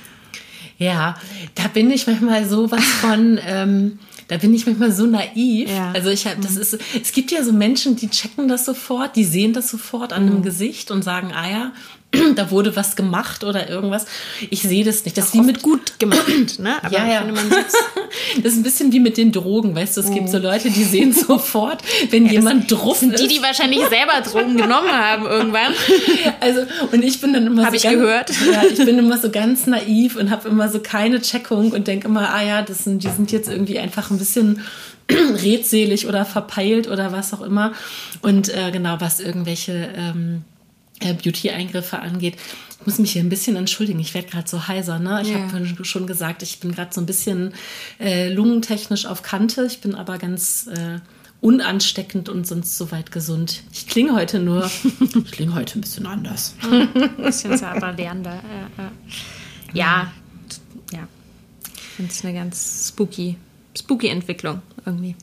Ja, da bin ich manchmal sowas von, ähm, da bin ich manchmal so naiv. Ja. Also ich habe, das ist, es gibt ja so Menschen, die checken das sofort, die sehen das sofort an einem mhm. Gesicht und sagen, ah ja, da wurde was gemacht oder irgendwas. Ich sehe das nicht. Das ist wie mit gut gemacht, ne? Aber ja, ja. Finde, man das ist ein bisschen wie mit den Drogen, weißt du, es oh. gibt so Leute, die sehen sofort, wenn ja, jemand drauf ist. Die, die wahrscheinlich selber Drogen genommen haben irgendwann. Also, und ich bin dann immer hab so ich ganz, gehört. Ja, ich bin immer so ganz naiv und habe immer so keine Checkung und denke immer, ah ja, das sind, die sind jetzt irgendwie einfach ein bisschen redselig oder verpeilt oder was auch immer. Und äh, genau, was irgendwelche ähm, Beauty-Eingriffe angeht. Ich muss mich hier ein bisschen entschuldigen. Ich werde gerade so heiser. Ne? Ich yeah. habe schon gesagt, ich bin gerade so ein bisschen äh, lungentechnisch auf Kante. Ich bin aber ganz äh, unansteckend und sonst soweit gesund. Ich klinge heute nur, ich klinge heute ein bisschen anders. Ein bisschen zarter, lernender. Ja, ja. ja. Ich finde es eine ganz spooky, spooky Entwicklung irgendwie.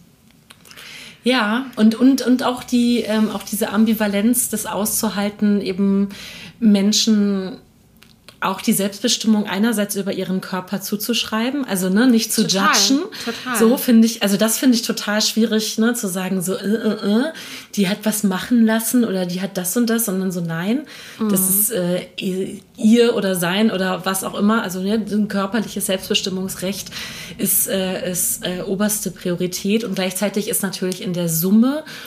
Ja, und, und, und auch, die, ähm, auch diese Ambivalenz, das auszuhalten, eben Menschen auch die Selbstbestimmung einerseits über ihren Körper zuzuschreiben, also ne, nicht zu total, judgen. Total. So finde ich, also das finde ich total schwierig, ne, zu sagen so, äh, äh, äh, die hat was machen lassen oder die hat das und das, sondern so nein, mhm. das ist äh, ihr oder sein oder was auch immer. Also ne, ein körperliches Selbstbestimmungsrecht ist, äh, ist äh, oberste Priorität und gleichzeitig ist natürlich in der Summe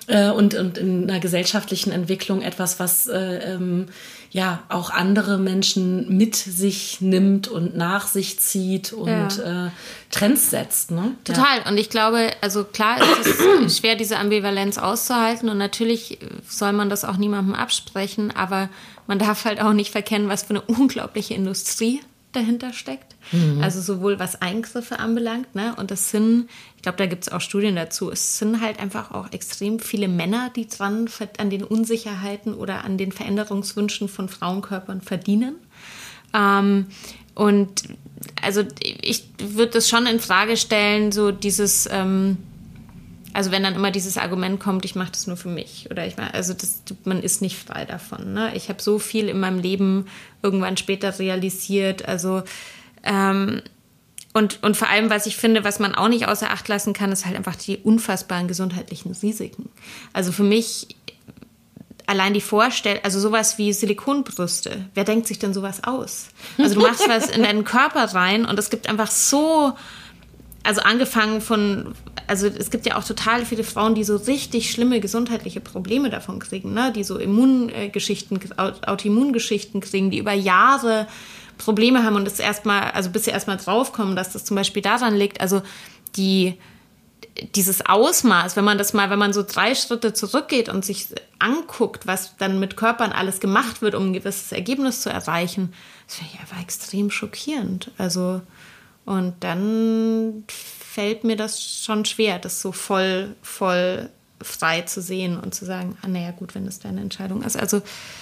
äh, und, und in einer gesellschaftlichen Entwicklung etwas, was äh, ähm, ja auch andere Menschen mit sich nimmt und nach sich zieht und ja. äh, Trends setzt. Ne? Total. Ja. Und ich glaube, also klar ist es schwer, diese Ambivalenz auszuhalten und natürlich soll man das auch niemandem absprechen, aber man darf halt auch nicht verkennen, was für eine unglaubliche Industrie dahinter steckt. Mhm. Also sowohl was Eingriffe anbelangt, ne? Und das sind, ich glaube, da gibt es auch Studien dazu, es sind halt einfach auch extrem viele Männer, die dran an den Unsicherheiten oder an den Veränderungswünschen von Frauenkörpern verdienen. Ähm, und also ich würde das schon in Frage stellen, so dieses, ähm, also wenn dann immer dieses Argument kommt, ich mache das nur für mich oder ich mache, also das, man ist nicht frei davon. Ne? Ich habe so viel in meinem Leben irgendwann später realisiert, also ähm, und, und vor allem, was ich finde, was man auch nicht außer Acht lassen kann, ist halt einfach die unfassbaren gesundheitlichen Risiken. Also für mich allein die Vorstellung, also sowas wie Silikonbrüste, wer denkt sich denn sowas aus? Also du machst was in deinen Körper rein und es gibt einfach so, also angefangen von, also es gibt ja auch total viele Frauen, die so richtig schlimme gesundheitliche Probleme davon kriegen, ne? Die so Immungeschichten, Autoimmungeschichten kriegen, die über Jahre Probleme haben und das erstmal, also bis sie erstmal draufkommen, dass das zum Beispiel daran liegt, also die, dieses Ausmaß, wenn man das mal, wenn man so drei Schritte zurückgeht und sich anguckt, was dann mit Körpern alles gemacht wird, um ein gewisses Ergebnis zu erreichen, das finde ich einfach extrem schockierend. Also, und dann fällt mir das schon schwer, das so voll, voll frei zu sehen und zu sagen, ah, naja, gut, wenn das deine Entscheidung ist. Also,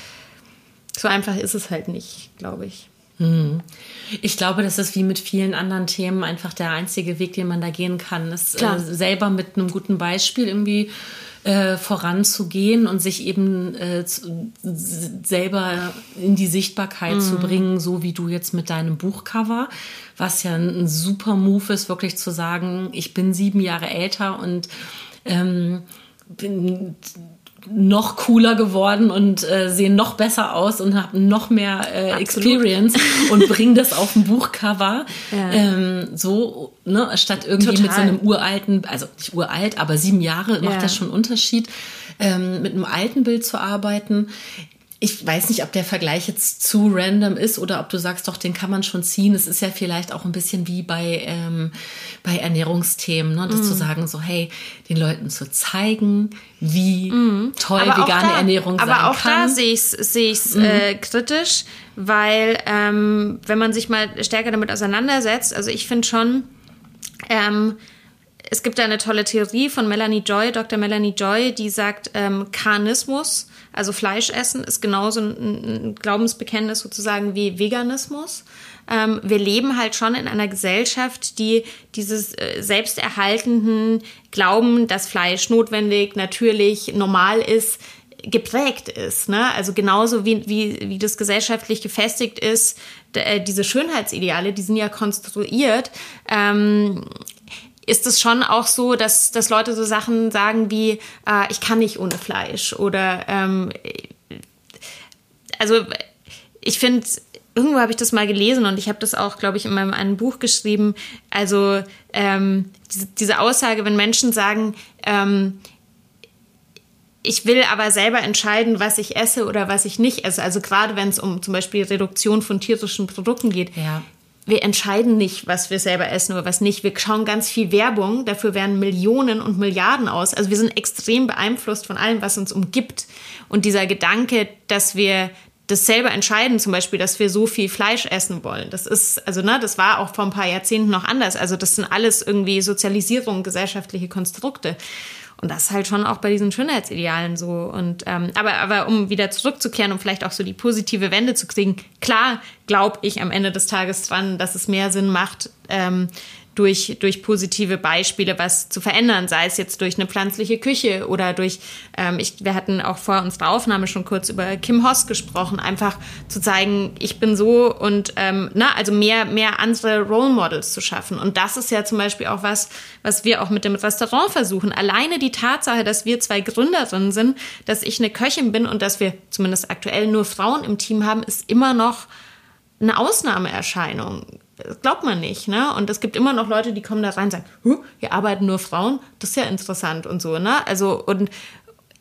so einfach ist es halt nicht, glaube ich. Ich glaube, das ist wie mit vielen anderen Themen einfach der einzige Weg, den man da gehen kann, ist äh, selber mit einem guten Beispiel irgendwie äh, voranzugehen und sich eben äh, zu, selber in die Sichtbarkeit mhm. zu bringen, so wie du jetzt mit deinem Buchcover, was ja ein super Move ist, wirklich zu sagen, ich bin sieben Jahre älter und ähm, bin noch cooler geworden und äh, sehen noch besser aus und habe noch mehr äh, Experience und bringe das auf ein Buchcover. Ja. Ähm, so, ne, statt irgendwie Total. Mit so einem uralten, also nicht uralt, aber sieben Jahre macht ja. das schon einen Unterschied, ähm, mit einem alten Bild zu arbeiten. Ich weiß nicht, ob der Vergleich jetzt zu random ist oder ob du sagst, doch, den kann man schon ziehen. Es ist ja vielleicht auch ein bisschen wie bei, ähm, bei Ernährungsthemen, ne? Das mm. zu sagen, so, hey, den Leuten zu zeigen, wie mm. toll aber vegane da, Ernährung sein kann. Aber auch kann. Da sehe ich es sehe ich's, mm. äh, kritisch, weil ähm, wenn man sich mal stärker damit auseinandersetzt, also ich finde schon, ähm, es gibt da eine tolle Theorie von Melanie Joy, Doktor Melanie Joy, die sagt, ähm, Karnismus, also Fleischessen, ist genauso ein, ein Glaubensbekenntnis sozusagen wie Veganismus. Ähm, wir leben halt schon in einer Gesellschaft, die dieses äh, selbsterhaltenden Glauben, dass Fleisch notwendig, natürlich, normal ist, geprägt ist. Ne? Also genauso wie, wie, wie das gesellschaftlich gefestigt ist, d- diese Schönheitsideale, die sind ja konstruiert, ähm, ist es schon auch so, dass, dass Leute so Sachen sagen wie, äh, ich kann nicht ohne Fleisch oder ähm, also ich finde, irgendwo habe ich das mal gelesen und ich habe das auch, glaube ich, in meinem einen Buch geschrieben, also ähm, diese, diese Aussage, wenn Menschen sagen, ähm, ich will aber selber entscheiden, was ich esse oder was ich nicht esse, also gerade wenn es um zum Beispiel Reduktion von tierischen Produkten geht, ja. Wir entscheiden nicht, was wir selber essen oder was nicht. Wir schauen ganz viel Werbung, dafür werden Millionen und Milliarden aus. Also wir sind extrem beeinflusst von allem, was uns umgibt. Und dieser Gedanke, dass wir das selber entscheiden, zum Beispiel, dass wir so viel Fleisch essen wollen, das ist, also ne, das war auch vor ein paar Jahrzehnten noch anders. Also das sind alles irgendwie Sozialisierung, gesellschaftliche Konstrukte. Und das ist halt schon auch bei diesen Schönheitsidealen so. Und ähm, aber, aber um wieder zurückzukehren, um vielleicht auch so die positive Wende zu kriegen, klar glaube ich am Ende des Tages dran, dass es mehr Sinn macht, ähm, durch, durch positive Beispiele was zu verändern, sei es jetzt durch eine pflanzliche Küche oder durch, ähm, ich, wir hatten auch vor unserer Aufnahme schon kurz über Kim Hoss gesprochen, einfach zu zeigen, ich bin so und ähm, na, also mehr, mehr andere Role Models zu schaffen. Und das ist ja zum Beispiel auch was, was wir auch mit dem Restaurant versuchen. Alleine die Tatsache, dass wir zwei Gründerinnen sind, dass ich eine Köchin bin und dass wir zumindest aktuell nur Frauen im Team haben, ist immer noch eine Ausnahmeerscheinung. Das glaubt man nicht, ne? Und es gibt immer noch Leute, die kommen da rein und sagen, huh, hier arbeiten nur Frauen, das ist ja interessant und so, ne? Also, und,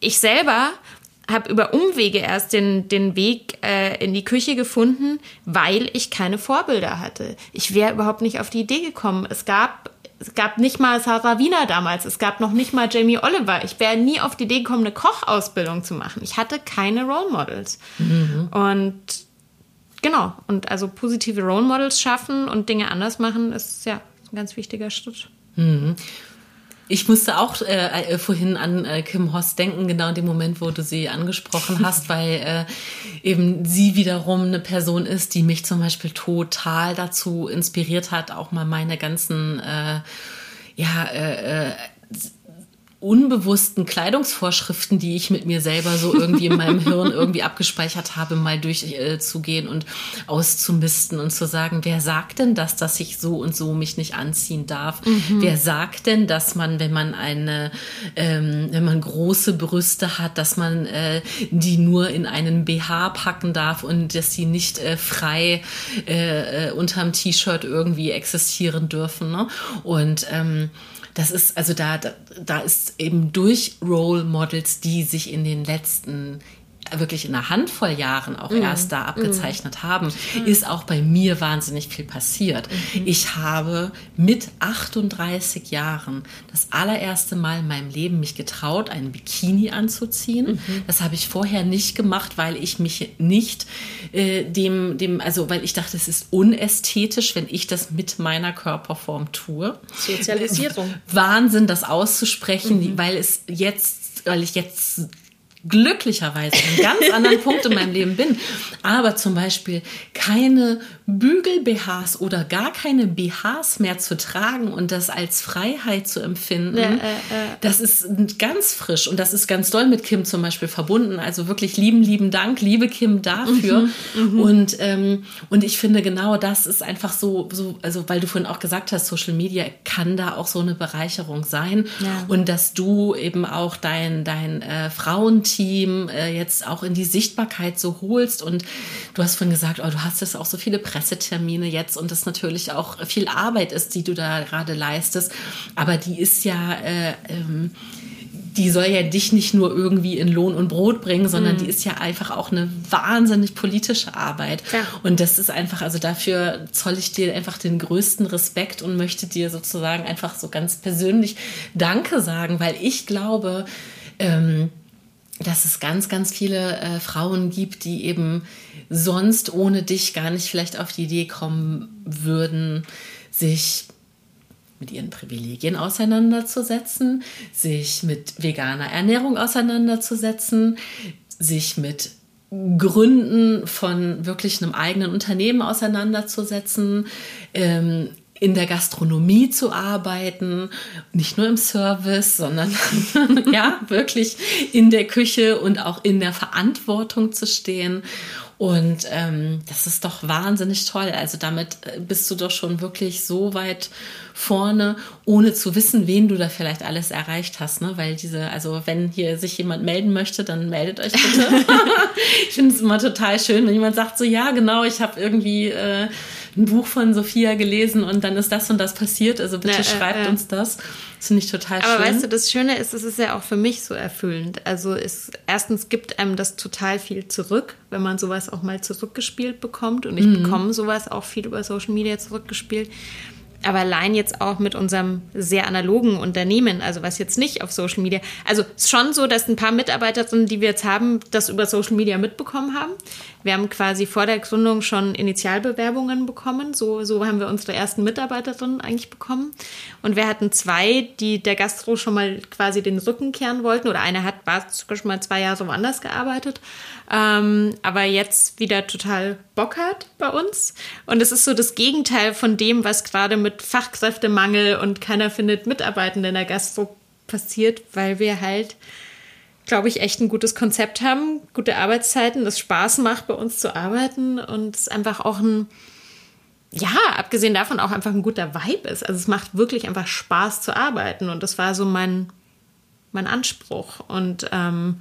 ich selber habe über Umwege erst den, den Weg äh, in die Küche gefunden, weil ich keine Vorbilder hatte. Ich wäre überhaupt nicht auf die Idee gekommen. Es gab, es gab nicht mal Sarah Wiener damals, es gab noch nicht mal Jamie Oliver. Ich wäre nie auf die Idee gekommen, eine Kochausbildung zu machen. Ich hatte keine Role Models. Mhm. Und genau, und also positive Role Models schaffen und Dinge anders machen, ist ja ein ganz wichtiger Schritt. Mhm. Ich musste auch äh, vorhin an äh, Kim Host denken, genau in dem Moment, wo du sie angesprochen hast, weil äh, eben sie wiederum eine Person ist, die mich zum Beispiel total dazu inspiriert hat, auch mal meine ganzen äh, ja, äh, äh, unbewussten Kleidungsvorschriften, die ich mit mir selber so irgendwie in meinem Hirn irgendwie abgespeichert habe, mal durchzugehen äh, und auszumisten und zu sagen, wer sagt denn das, dass ich so und so mich nicht anziehen darf? Mhm. Wer sagt denn, dass man, wenn man eine, ähm, wenn man große Brüste hat, dass man äh, die nur in einen B H packen darf und dass sie nicht äh, frei äh, äh, unterm T-Shirt irgendwie existieren dürfen, ne? Und ähm, das ist, also da, da, da ist eben durch Role Models, die sich in den letzten wirklich in einer Handvoll Jahren auch mm. erst da abgezeichnet mm. haben, mm. ist auch bei mir wahnsinnig viel passiert. Mm-hmm. Ich habe mit achtunddreißig Jahren das allererste Mal in meinem Leben mich getraut, einen Bikini anzuziehen. Mm-hmm. Das habe ich vorher nicht gemacht, weil ich mich nicht äh, dem, dem, also weil ich dachte, es ist unästhetisch, wenn ich das mit meiner Körperform tue. Sozialisierung. Wahnsinn, das auszusprechen, mm-hmm. weil es jetzt, weil ich jetzt glücklicherweise einen ganz anderen Punkt in meinem Leben bin, aber zum Beispiel keine Bügel-B Hs oder gar keine B Hs mehr zu tragen und das als Freiheit zu empfinden, ja, äh, äh. das ist ganz frisch und das ist ganz doll mit Kim zum Beispiel verbunden, also wirklich lieben, lieben Dank, liebe Kim dafür mhm, und, ähm, und ich finde genau das ist einfach so, so, also weil du vorhin auch gesagt hast, Social Media kann da auch so eine Bereicherung sein ja. und dass du eben auch dein, dein äh, Frauenteam Team äh, jetzt auch in die Sichtbarkeit so holst und du hast vorhin gesagt, oh, du hast jetzt auch so viele Pressetermine jetzt und das natürlich auch viel Arbeit ist, die du da gerade leistest, aber die ist ja äh, ähm, die soll ja dich nicht nur irgendwie in Lohn und Brot bringen, sondern mm. die ist ja einfach auch eine wahnsinnig politische Arbeit. Ja. Und das ist einfach, also dafür zoll ich dir einfach den größten Respekt und möchte dir sozusagen einfach so ganz persönlich Danke sagen, weil ich glaube, ähm, dass es ganz, ganz viele äh, Frauen gibt, die eben sonst ohne dich gar nicht vielleicht auf die Idee kommen würden, sich mit ihren Privilegien auseinanderzusetzen, sich mit veganer Ernährung auseinanderzusetzen, sich mit Gründen von wirklich einem eigenen Unternehmen auseinanderzusetzen, ähm, in der Gastronomie zu arbeiten, nicht nur im Service, sondern ja, wirklich in der Küche und auch in der Verantwortung zu stehen. Und ähm, das ist doch wahnsinnig toll. Also damit bist du doch schon wirklich so weit vorne, ohne zu wissen, wen du da vielleicht alles erreicht hast. Ne? Weil diese, also wenn hier sich jemand melden möchte, dann meldet euch bitte. Ich finde es immer total schön, wenn jemand sagt so, ja genau, ich habe irgendwie äh, ein Buch von Sophia gelesen und dann ist das und das passiert. Also bitte ja, schreibt äh, äh. uns das. Das finde ich total schön. Aber weißt du, das Schöne ist, es ist ja auch für mich so erfüllend. Also es erstens gibt einem das total viel zurück, wenn man sowas auch mal zurückgespielt bekommt. Und ich mhm. bekomme sowas auch viel über Social Media zurückgespielt. Aber allein jetzt auch mit unserem sehr analogen Unternehmen, also was jetzt nicht auf Social Media, also es ist schon so, dass ein paar Mitarbeiterinnen, die wir jetzt haben, das über Social Media mitbekommen haben. Wir haben quasi vor der Gründung schon Initialbewerbungen bekommen. So, so haben wir unsere ersten Mitarbeiterinnen eigentlich bekommen. Und wir hatten zwei, die der Gastro schon mal quasi den Rücken kehren wollten. Oder eine hat war sogar schon mal zwei Jahre woanders gearbeitet. Ähm, aber jetzt wieder total Bock hat bei uns. Und es ist so das Gegenteil von dem, was gerade mit Fachkräftemangel und keiner findet Mitarbeitende in der Gastro passiert, weil wir halt, glaube ich, echt ein gutes Konzept haben, gute Arbeitszeiten, das Spaß macht, bei uns zu arbeiten und es einfach auch ein, ja, abgesehen davon auch einfach ein guter Vibe ist. Also es macht wirklich einfach Spaß zu arbeiten und das war so mein, mein Anspruch und, ähm,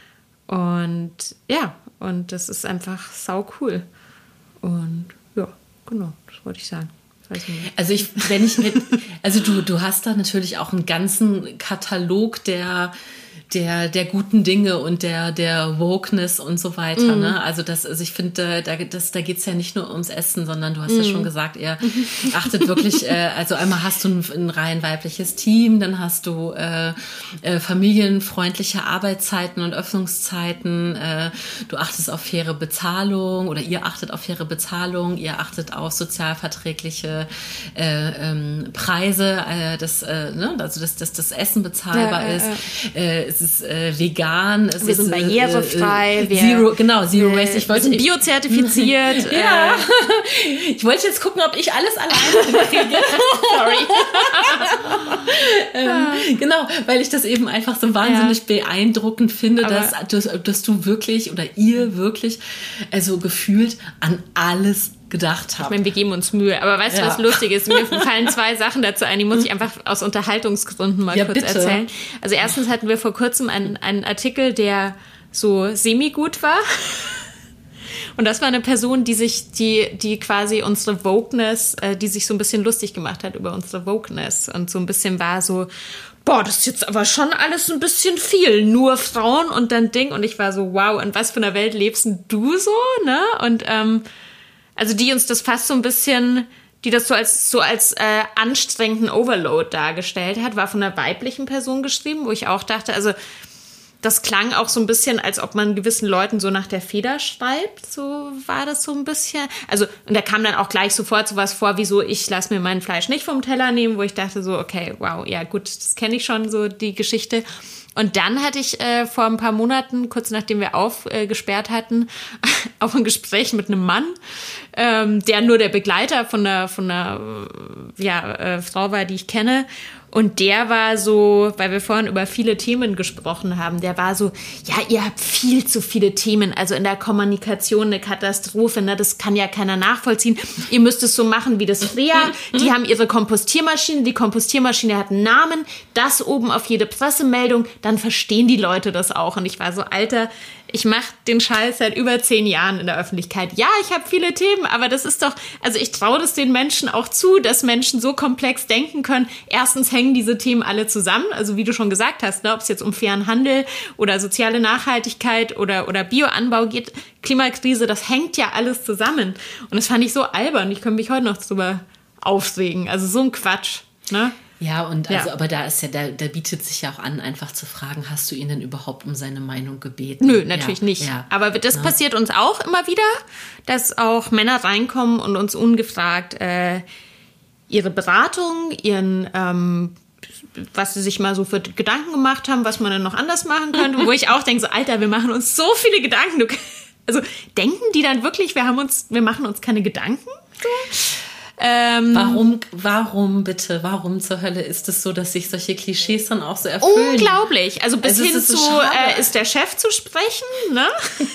und ja, und das ist einfach sau cool und ja, genau, das wollte ich sagen. Also ich, wenn ich mit, also du, du hast da natürlich auch einen ganzen Katalog der der, der guten Dinge und der, der Wokeness und so weiter. Mm. Ne? Also, das, also ich finde, da, das, da geht's ja nicht nur ums Essen, sondern du hast mm. ja schon gesagt, er achtet wirklich, äh, also einmal hast du ein, ein rein weibliches Team, dann hast du äh, äh, familienfreundliche Arbeitszeiten und Öffnungszeiten, äh, du achtest auf faire Bezahlung oder ihr achtet auf faire Bezahlung, ihr achtet auf sozialverträgliche äh, ähm, Preise, äh, das, äh, ne? also dass, dass das Essen bezahlbar ja, ist. Ja, ja. Äh, es ist äh, vegan, es wir ist sind barrierefrei, äh, äh, Zero, genau, Zero Waste. Ich wollte biozertifiziert. Ja, äh. Ich wollte jetzt gucken, ob ich alles alleine kriege. Sorry. ähm, genau, weil ich das eben einfach so wahnsinnig ja. beeindruckend finde, dass, dass, dass du wirklich oder ihr wirklich also gefühlt an alles gedacht habe. Ich meine, wir geben uns Mühe. Aber weißt ja. du, was lustig ist? Mir fallen zwei Sachen dazu ein, die muss ich einfach aus Unterhaltungsgründen mal ja, kurz bitte. erzählen. Also erstens hatten wir vor kurzem einen, einen Artikel, der so semi-gut war. Und das war eine Person, die sich, die, die quasi unsere Wokeness, äh, die sich so ein bisschen lustig gemacht hat über unsere Wokeness und so ein bisschen war so, boah, das ist jetzt aber schon alles ein bisschen viel. Nur Frauen und dann Ding. Und ich war so, wow, in was für einer Welt lebst denn du so, ne? Und, ähm, also die uns das fast so ein bisschen, die das so als so als äh, anstrengenden Overload dargestellt hat, war von einer weiblichen Person geschrieben, wo ich auch dachte, also das klang auch so ein bisschen, als ob man gewissen Leuten so nach der Feder schreibt, so war das so ein bisschen. Also und da kam dann auch gleich sofort sowas vor, wie so, ich lasse mir mein Fleisch nicht vom Teller nehmen, wo ich dachte so, okay, wow, ja gut, das kenne ich schon, so die Geschichte. Und dann hatte ich äh, vor ein paar Monaten, kurz nachdem wir aufgesperrt äh, hatten, auch ein Gespräch mit einem Mann, ähm, der nur der Begleiter von einer, von einer ja, äh, Frau war, die ich kenne. Und der war so, weil wir vorhin über viele Themen gesprochen haben, der war so, ja, ihr habt viel zu viele Themen, also in der Kommunikation eine Katastrophe, ne? Das kann ja keiner nachvollziehen. Ihr müsst es so machen wie das Freya, die haben ihre Kompostiermaschine, die Kompostiermaschine hat einen Namen, das oben auf jede Pressemeldung, dann verstehen die Leute das auch. Und ich war so, Alter, ich mache den Scheiß seit über zehn Jahren in der Öffentlichkeit. Ja, ich habe viele Themen, aber das ist doch, also ich traue das den Menschen auch zu, dass Menschen so komplex denken können. Erstens hängen diese Themen alle zusammen, also wie du schon gesagt hast, ne, ob es jetzt um fairen Handel oder soziale Nachhaltigkeit oder, oder Bioanbau geht, Klimakrise, das hängt ja alles zusammen. Und das fand ich so albern. Ich könnte mich heute noch drüber aufregen. Also so ein Quatsch, ne? Ja, und also, ja. aber da ist ja, da, da bietet sich ja auch an, einfach zu fragen, hast du ihn denn überhaupt um seine Meinung gebeten? Nö, natürlich ja, nicht. Ja. Aber das ja. passiert uns auch immer wieder, dass auch Männer reinkommen und uns ungefragt äh, ihre Beratung, ihren, ähm, was sie sich mal so für Gedanken gemacht haben, was man dann noch anders machen könnte, wo ich auch denke, so, Alter, wir machen uns so viele Gedanken. Du, also denken die dann wirklich, wir haben uns, wir machen uns keine Gedanken? So? Ähm, warum, warum bitte, warum zur Hölle ist es so, dass sich solche Klischees dann auch so erfüllen? Unglaublich. Also bis also hin so zu, äh, ist der Chef zu sprechen, ne?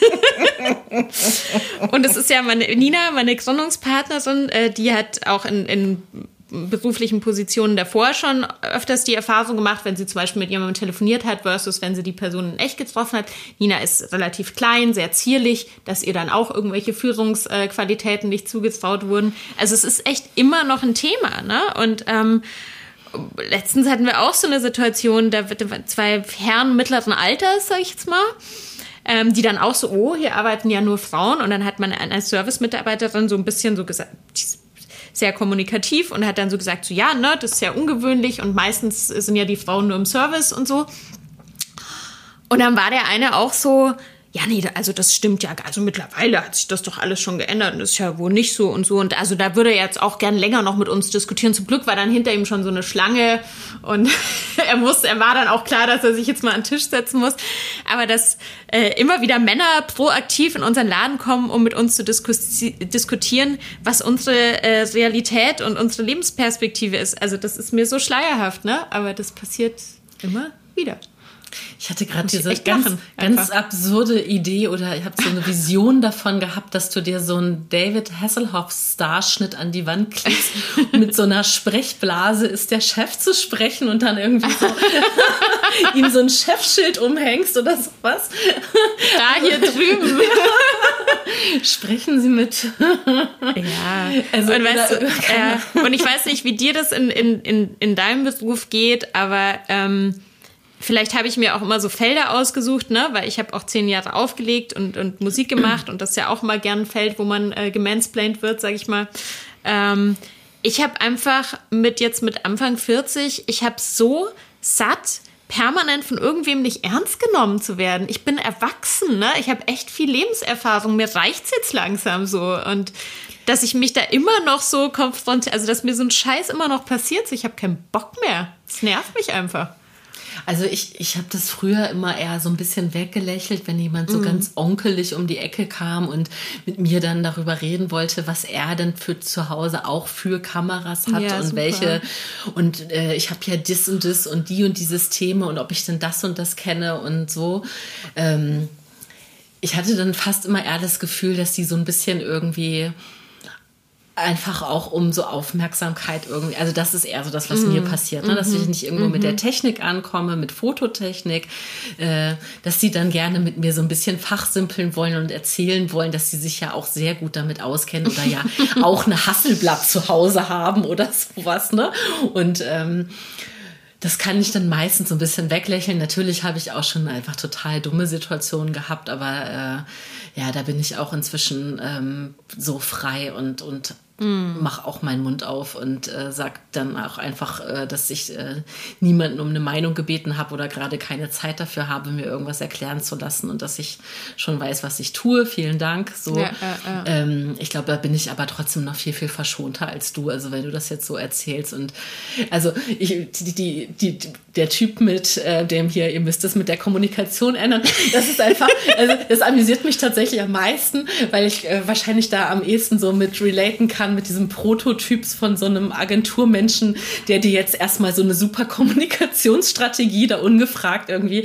Und es ist ja meine, Nina, meine Gründungspartnerin, äh, die hat auch in, in beruflichen Positionen davor schon öfters die Erfahrung gemacht, wenn sie zum Beispiel mit jemandem telefoniert hat versus wenn sie die Person in echt getroffen hat. Nina ist relativ klein, sehr zierlich, dass ihr dann auch irgendwelche Führungsqualitäten nicht zugetraut wurden. Also es ist echt immer noch ein Thema, ne? Und ähm, letztens hatten wir auch so eine Situation, da zwei Herren mittleren Alters, sag ich jetzt mal, ähm, die dann auch so, oh, hier arbeiten ja nur Frauen. Und dann hat man eine Service-Mitarbeiterin so ein bisschen so gesagt, sehr kommunikativ und hat dann so gesagt, so ja, ne, das ist ja ungewöhnlich und meistens sind ja die Frauen nur im Service und so. Und dann war der eine auch so, ja, nee, also das stimmt ja, also mittlerweile hat sich das doch alles schon geändert und das ist ja wohl nicht so und so. Und also da würde er jetzt auch gern länger noch mit uns diskutieren. Zum Glück war dann hinter ihm schon so eine Schlange und er musste, er war dann auch klar, dass er sich jetzt mal an den Tisch setzen muss. Aber dass äh, immer wieder Männer proaktiv in unseren Laden kommen, um mit uns zu diskussi- diskutieren, was unsere äh, Realität und unsere Lebensperspektive ist. Also das ist mir so schleierhaft, ne? Aber das passiert immer wieder. Ich hatte gerade diese ganz, ganz absurde Idee oder ich habe so eine Vision davon gehabt, dass du dir so einen David Hasselhoff-Starschnitt an die Wand klickst und mit so einer Sprechblase ist der Chef zu sprechen und dann irgendwie so ihm so ein Chefschild umhängst oder sowas. Da hier drüben. Sprechen Sie mit. Ja, also, und, weißt du, äh, und ich weiß nicht, wie dir das in, in, in, in deinem Beruf geht, aber ähm, vielleicht habe ich mir auch immer so Felder ausgesucht, ne, weil ich habe auch zehn Jahre aufgelegt und, und Musik gemacht und das ist ja auch mal gern ein Feld, wo man äh, gemansplained wird, sag ich mal. Ähm, ich habe einfach mit jetzt mit Anfang vierzig, ich habe so satt, permanent von irgendwem nicht ernst genommen zu werden. Ich bin erwachsen, ne? Ich habe echt viel Lebenserfahrung. Mir reicht's jetzt langsam so. Und dass ich mich da immer noch so konfrontiere, also dass mir so ein Scheiß immer noch passiert, so, ich habe keinen Bock mehr. Es nervt mich einfach. Also ich, ich habe das früher immer eher so ein bisschen weggelächelt, wenn jemand so mm. ganz onkelig um die Ecke kam und mit mir dann darüber reden wollte, was er denn für zu Hause auch für Kameras hat ja, und super. welche. Und äh, ich habe ja das und das und die und die Systeme und ob ich denn das und das kenne und so. Ähm, ich hatte dann fast immer eher das Gefühl, dass die so ein bisschen irgendwie einfach auch um so Aufmerksamkeit irgendwie, also das ist eher so das, was mm. mir passiert, ne? Dass ich nicht irgendwo mm-hmm. mit der Technik ankomme, mit Fototechnik, äh, dass sie dann gerne mit mir so ein bisschen fachsimpeln wollen und erzählen wollen, dass sie sich ja auch sehr gut damit auskennen oder ja auch eine Hasselblatt zu Hause haben oder sowas, ne? Und ähm, das kann ich dann meistens so ein bisschen weglächeln. Natürlich habe ich auch schon einfach total dumme Situationen gehabt, aber äh, ja, da bin ich auch inzwischen ähm, so frei und, und mm. mache auch meinen Mund auf und äh, sage dann auch einfach, äh, dass ich äh, niemanden um eine Meinung gebeten habe oder gerade keine Zeit dafür habe, mir irgendwas erklären zu lassen und dass ich schon weiß, was ich tue. Vielen Dank. So, ja, ja, ja. Ähm, ich glaube, da bin ich aber trotzdem noch viel, viel verschonter als du. Also wenn du das jetzt so erzählst und also ich, die, die, die, der Typ mit äh, dem hier, ihr müsst es mit der Kommunikation ändern, das ist einfach, also das amüsiert mich tatsächlich am meisten, weil ich äh, wahrscheinlich da am ehesten so mit relaten kann mit diesem Prototyps von so einem Agenturmenschen, der dir jetzt erstmal so eine super Kommunikationsstrategie da ungefragt irgendwie.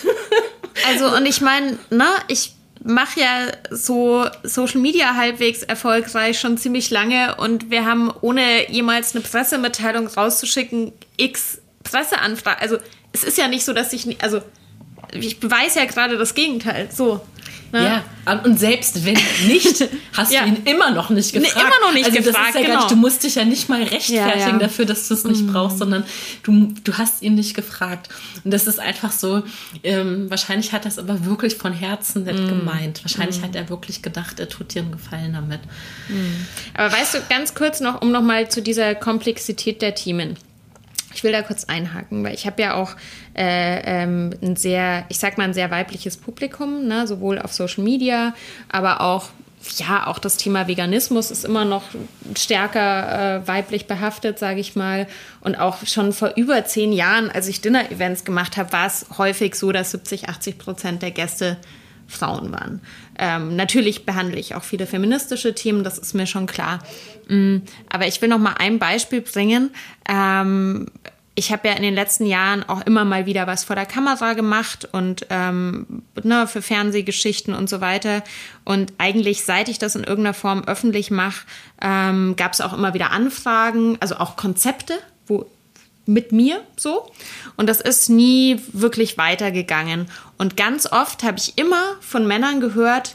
Also und ich meine, ne, ich mache ja so Social Media halbwegs erfolgreich schon ziemlich lange und wir haben, ohne jemals eine Pressemitteilung rauszuschicken, x Presseanfragen. Also es ist ja nicht so, dass ich, also ich beweise ja gerade das Gegenteil, so. Ne? Ja, und selbst wenn nicht, hast ja. du ihn immer noch nicht gefragt. Nee, immer noch nicht also gefragt, das ist ja genau. gar nicht, du musst dich ja nicht mal rechtfertigen ja, ja. dafür, dass du es nicht mhm. brauchst, sondern du, du hast ihn nicht gefragt. Und das ist einfach so, ähm, wahrscheinlich hat er es aber wirklich von Herzen nicht mhm. gemeint. Wahrscheinlich mhm. hat er wirklich gedacht, er tut dir einen Gefallen damit. Mhm. Aber weißt du, ganz kurz noch, um nochmal zu dieser Komplexität der Themen. Ich will da kurz einhaken, weil ich habe ja auch äh, ähm, ein sehr, ich sag mal, ein sehr weibliches Publikum, ne, sowohl auf Social Media, aber auch, ja, auch das Thema Veganismus ist immer noch stärker äh, weiblich behaftet, sage ich mal. Und auch schon vor über zehn Jahren, als ich Dinner-Events gemacht habe, war es häufig so, dass siebzig, achtzig Prozent der Gäste Frauen waren. Ähm, natürlich behandle ich auch viele feministische Themen, das ist mir schon klar. Mm, aber ich will noch mal ein Beispiel bringen. Ähm, ich habe ja in den letzten Jahren auch immer mal wieder was vor der Kamera gemacht und ähm, ne, für Fernsehgeschichten und so weiter. Und eigentlich, seit ich das in irgendeiner Form öffentlich mache, ähm, gab es auch immer wieder Anfragen, also auch Konzepte, wo mit mir so. Und das ist nie wirklich weitergegangen. Und ganz oft habe ich immer von Männern gehört,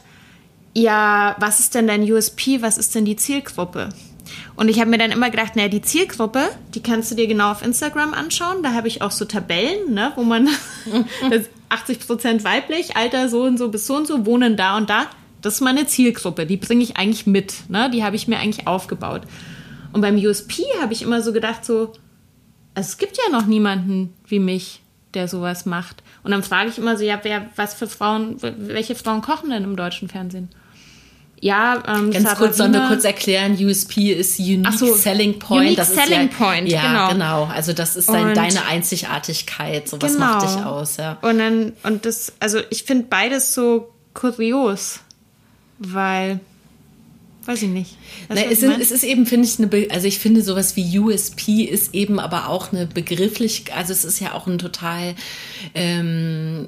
ja, was ist denn dein U S P, was ist denn die Zielgruppe? Und ich habe mir dann immer gedacht, naja, die Zielgruppe, die kannst du dir genau auf Instagram anschauen. Da habe ich auch so Tabellen, ne, wo man achtzig Prozent weiblich, Alter so und so bis so und so, wohnen da und da. Das ist meine Zielgruppe, die bringe ich eigentlich mit. Ne? Die habe ich mir eigentlich aufgebaut. Und beim U S P habe ich immer so gedacht, so, also es gibt ja noch niemanden wie mich, der sowas macht. Und dann frage ich immer so, ja, wer, was für Frauen, welche Frauen kochen denn im deutschen Fernsehen? Ja, ähm, ganz Sarah kurz, sollen wir kurz erklären, U S P ist Unique so, Selling Point. Unique das Selling ist ja, Point, ja, genau. genau. Also das ist dein, deine Einzigartigkeit, so was genau. macht dich aus, ja. Und dann, und das, also ich finde beides so kurios, weil, weiß ich nicht. Na, es, sind, es ist eben, finde ich, eine Be- also ich finde sowas wie U S P ist eben aber auch eine begrifflich, also es ist ja auch ein total ähm,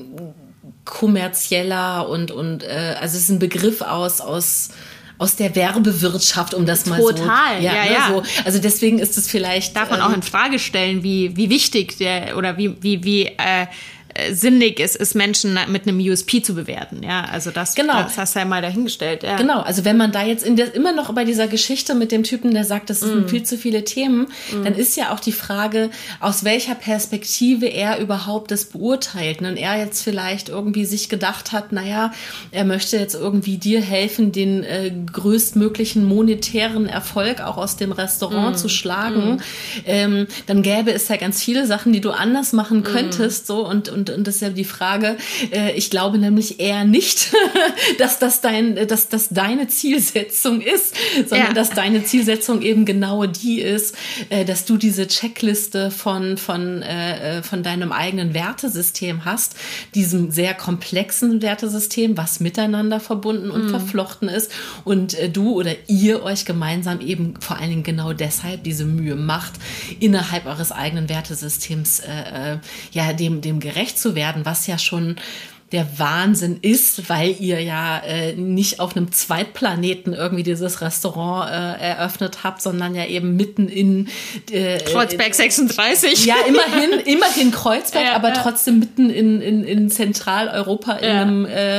kommerzieller und, und äh, also es ist ein Begriff aus, aus aus der Werbewirtschaft, um das mal Total, so... Total, ja, ja. ja. So. Also deswegen ist es vielleicht... Darf man ähm, auch in Frage stellen, wie, wie wichtig der oder wie, wie, wie äh, äh, sinnig ist, ist Menschen mit einem U S P zu bewerten. Ja, also das, genau. das hast du ja mal dahingestellt. Ja. Genau, also wenn man da jetzt in der, immer noch bei dieser Geschichte mit dem Typen, der sagt, das sind mm. viel zu viele Themen, mm. dann ist ja auch die Frage, aus welcher Perspektive er überhaupt das beurteilt. Und er jetzt vielleicht irgendwie sich gedacht hat, naja, er möchte jetzt irgendwie dir helfen, den äh, größtmöglichen monetären Erfolg auch aus dem Restaurant mm. zu schlagen. Mm. Ähm, dann gäbe es ja ganz viele Sachen, die du anders machen könntest. Mm. So und, und, und das ist ja die Frage, äh, ich glaube nämlich eher nicht, dass das dein, dass das deine Zielsetzung ist, sondern ja. dass deine Zielsetzung eben genau die ist, äh, dass du diese Checkliste von, von, äh, von deinem eigenen Wertesystem hast, diesem sehr komplexen Wertesystem, was miteinander verbunden und mm. verflochten ist und äh, du oder ihr euch gemeinsam eben vor allen Dingen genau deshalb diese Mühe macht, innerhalb eures eigenen Wertesystems äh, ja dem, dem gerecht zu werden, was ja schon der Wahnsinn ist, weil ihr ja äh, nicht auf einem Zweitplaneten irgendwie dieses Restaurant äh, eröffnet habt, sondern ja eben mitten in äh, Kreuzberg sechsunddreißig. Ja, immerhin, immerhin Kreuzberg, ja, aber ja. trotzdem mitten in, in, in Zentraleuropa in ja. einem äh,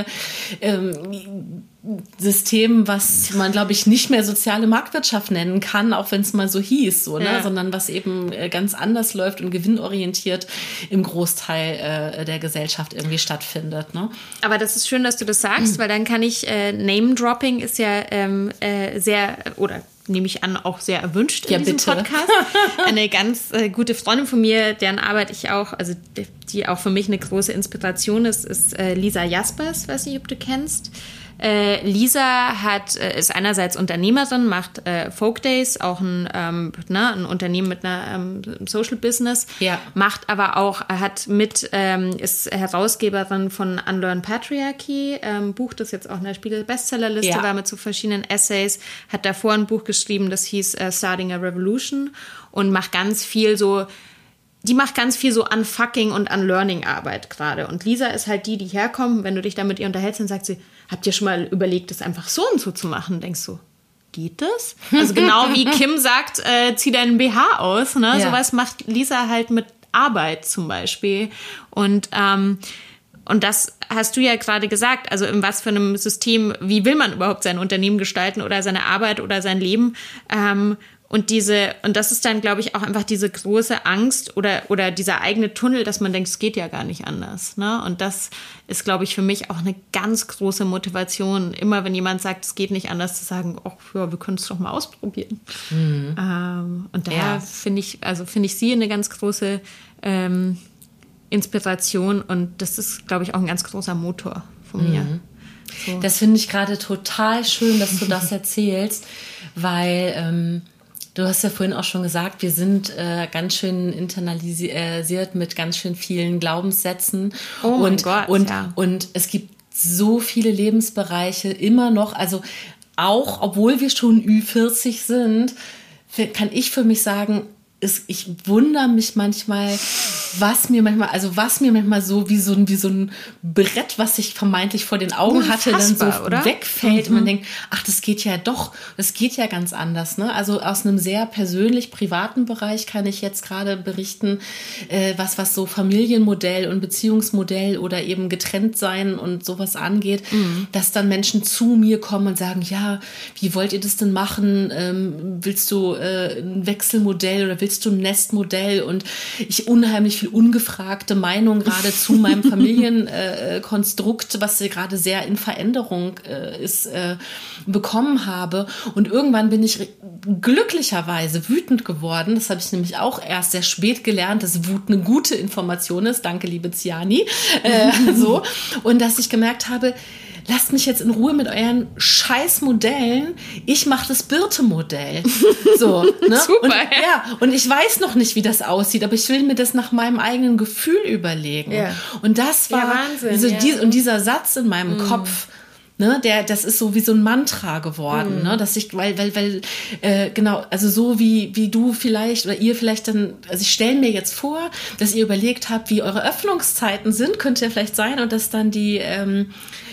ähm, System, was man, glaube ich, nicht mehr soziale Marktwirtschaft nennen kann, auch wenn es mal so hieß, so, ne? Ja. sondern was eben ganz anders läuft und gewinnorientiert im Großteil äh, der Gesellschaft irgendwie stattfindet. Ne? Aber das ist schön, dass du das sagst, mhm. weil dann kann ich, äh, Name-Dropping ist ja ähm, äh, sehr, oder nehme ich an, auch sehr erwünscht ja, in diesem bitte. Podcast. Eine ganz äh, gute Freundin von mir, deren Arbeit ich auch, also die, die auch für mich eine große Inspiration ist, ist äh, Lisa Jaspers, weiß nicht, ob du kennst. Äh, Lisa hat, äh, ist einerseits Unternehmerin, macht äh, Folk Days, auch ein, ähm, ne, ein Unternehmen mit einer ähm, Social Business, ja. macht aber auch, hat mit, ähm, ist Herausgeberin von Unlearn Patriarchy, ähm, Buch, das jetzt auch in der Spiegel-Bestsellerliste ja. war mit so verschiedenen Essays, hat davor ein Buch geschrieben, das hieß uh, Starting a Revolution und macht ganz viel so, die macht ganz viel so Unfucking und Unlearning-Arbeit gerade. Und Lisa ist halt die, die herkommt, wenn du dich da mit ihr unterhältst, dann sagt sie, habt ihr schon mal überlegt, das einfach so und so zu machen? Denkst du, geht das? Also genau wie Kim sagt, äh, zieh deinen B H aus. Ne? Ja. Sowas macht Lisa halt mit Arbeit zum Beispiel. Und, ähm, und das hast du ja gerade gesagt, also in was für einem System, wie will man überhaupt sein Unternehmen gestalten oder seine Arbeit oder sein Leben? Ähm, Und diese, und das ist dann, glaube ich, auch einfach diese große Angst oder, oder dieser eigene Tunnel, dass man denkt, es geht ja gar nicht anders, ne? Und das ist, glaube ich, für mich auch eine ganz große Motivation, immer wenn jemand sagt, es geht nicht anders, zu sagen, ach ja, wir können es doch mal ausprobieren. Mhm. Ähm, und daher ja. finde ich, also finde ich sie eine ganz große ähm, Inspiration und das ist, glaube ich, auch ein ganz großer Motor von mhm. mir. So. Das finde ich gerade total schön, dass du das erzählst, weil ähm, du hast ja vorhin auch schon gesagt, wir sind äh, ganz schön internalisiert mit ganz schön vielen Glaubenssätzen. Oh und, mein Gott, und, ja. und es gibt so viele Lebensbereiche immer noch, also auch, obwohl wir schon Ü vierzig sind, kann ich für mich sagen, ist, ich wundere mich manchmal, was mir manchmal, also was mir manchmal so wie so ein, wie so ein Brett, was ich vermeintlich vor den Augen Unfassbar, hatte, dann so oder? wegfällt mhm. und man denkt, ach, das geht ja doch, das geht ja ganz anders, ne? Also aus einem sehr persönlich privaten Bereich kann ich jetzt gerade berichten, äh, was, was so Familienmodell und Beziehungsmodell oder eben getrennt sein und sowas angeht, mhm. dass dann Menschen zu mir kommen und sagen, ja, wie wollt ihr das denn machen? Ähm, willst du äh, ein Wechselmodell oder willst du ein Nestmodell? Und ich unheimlich viel ungefragte Meinung gerade zu meinem Familienkonstrukt, äh, was gerade sehr in Veränderung äh, ist, äh, bekommen habe. Und irgendwann bin ich glücklicherweise wütend geworden. Das habe ich nämlich auch erst sehr spät gelernt, dass Wut eine gute Information ist. Danke, liebe Ziani. Äh, so. Und dass ich gemerkt habe, lasst mich jetzt in Ruhe mit euren Scheißmodellen. Ich mache das Birte-Modell. So, ne? Super. Und, ja, und ich weiß noch nicht, wie das aussieht, aber ich will mir das nach meinem eigenen Gefühl überlegen. Ja. Und das war ja, Wahnsinn, so ja. dies, und dieser Satz in meinem mm. Kopf. Ne, der, das ist so wie so ein Mantra geworden, mm. ne, dass ich, weil, weil, weil, äh, genau, also so wie, wie du vielleicht oder ihr vielleicht dann, also ich stelle mir jetzt vor, dass ihr überlegt habt, wie eure Öffnungszeiten sind, könnte ja vielleicht sein, und dass dann die, ähm,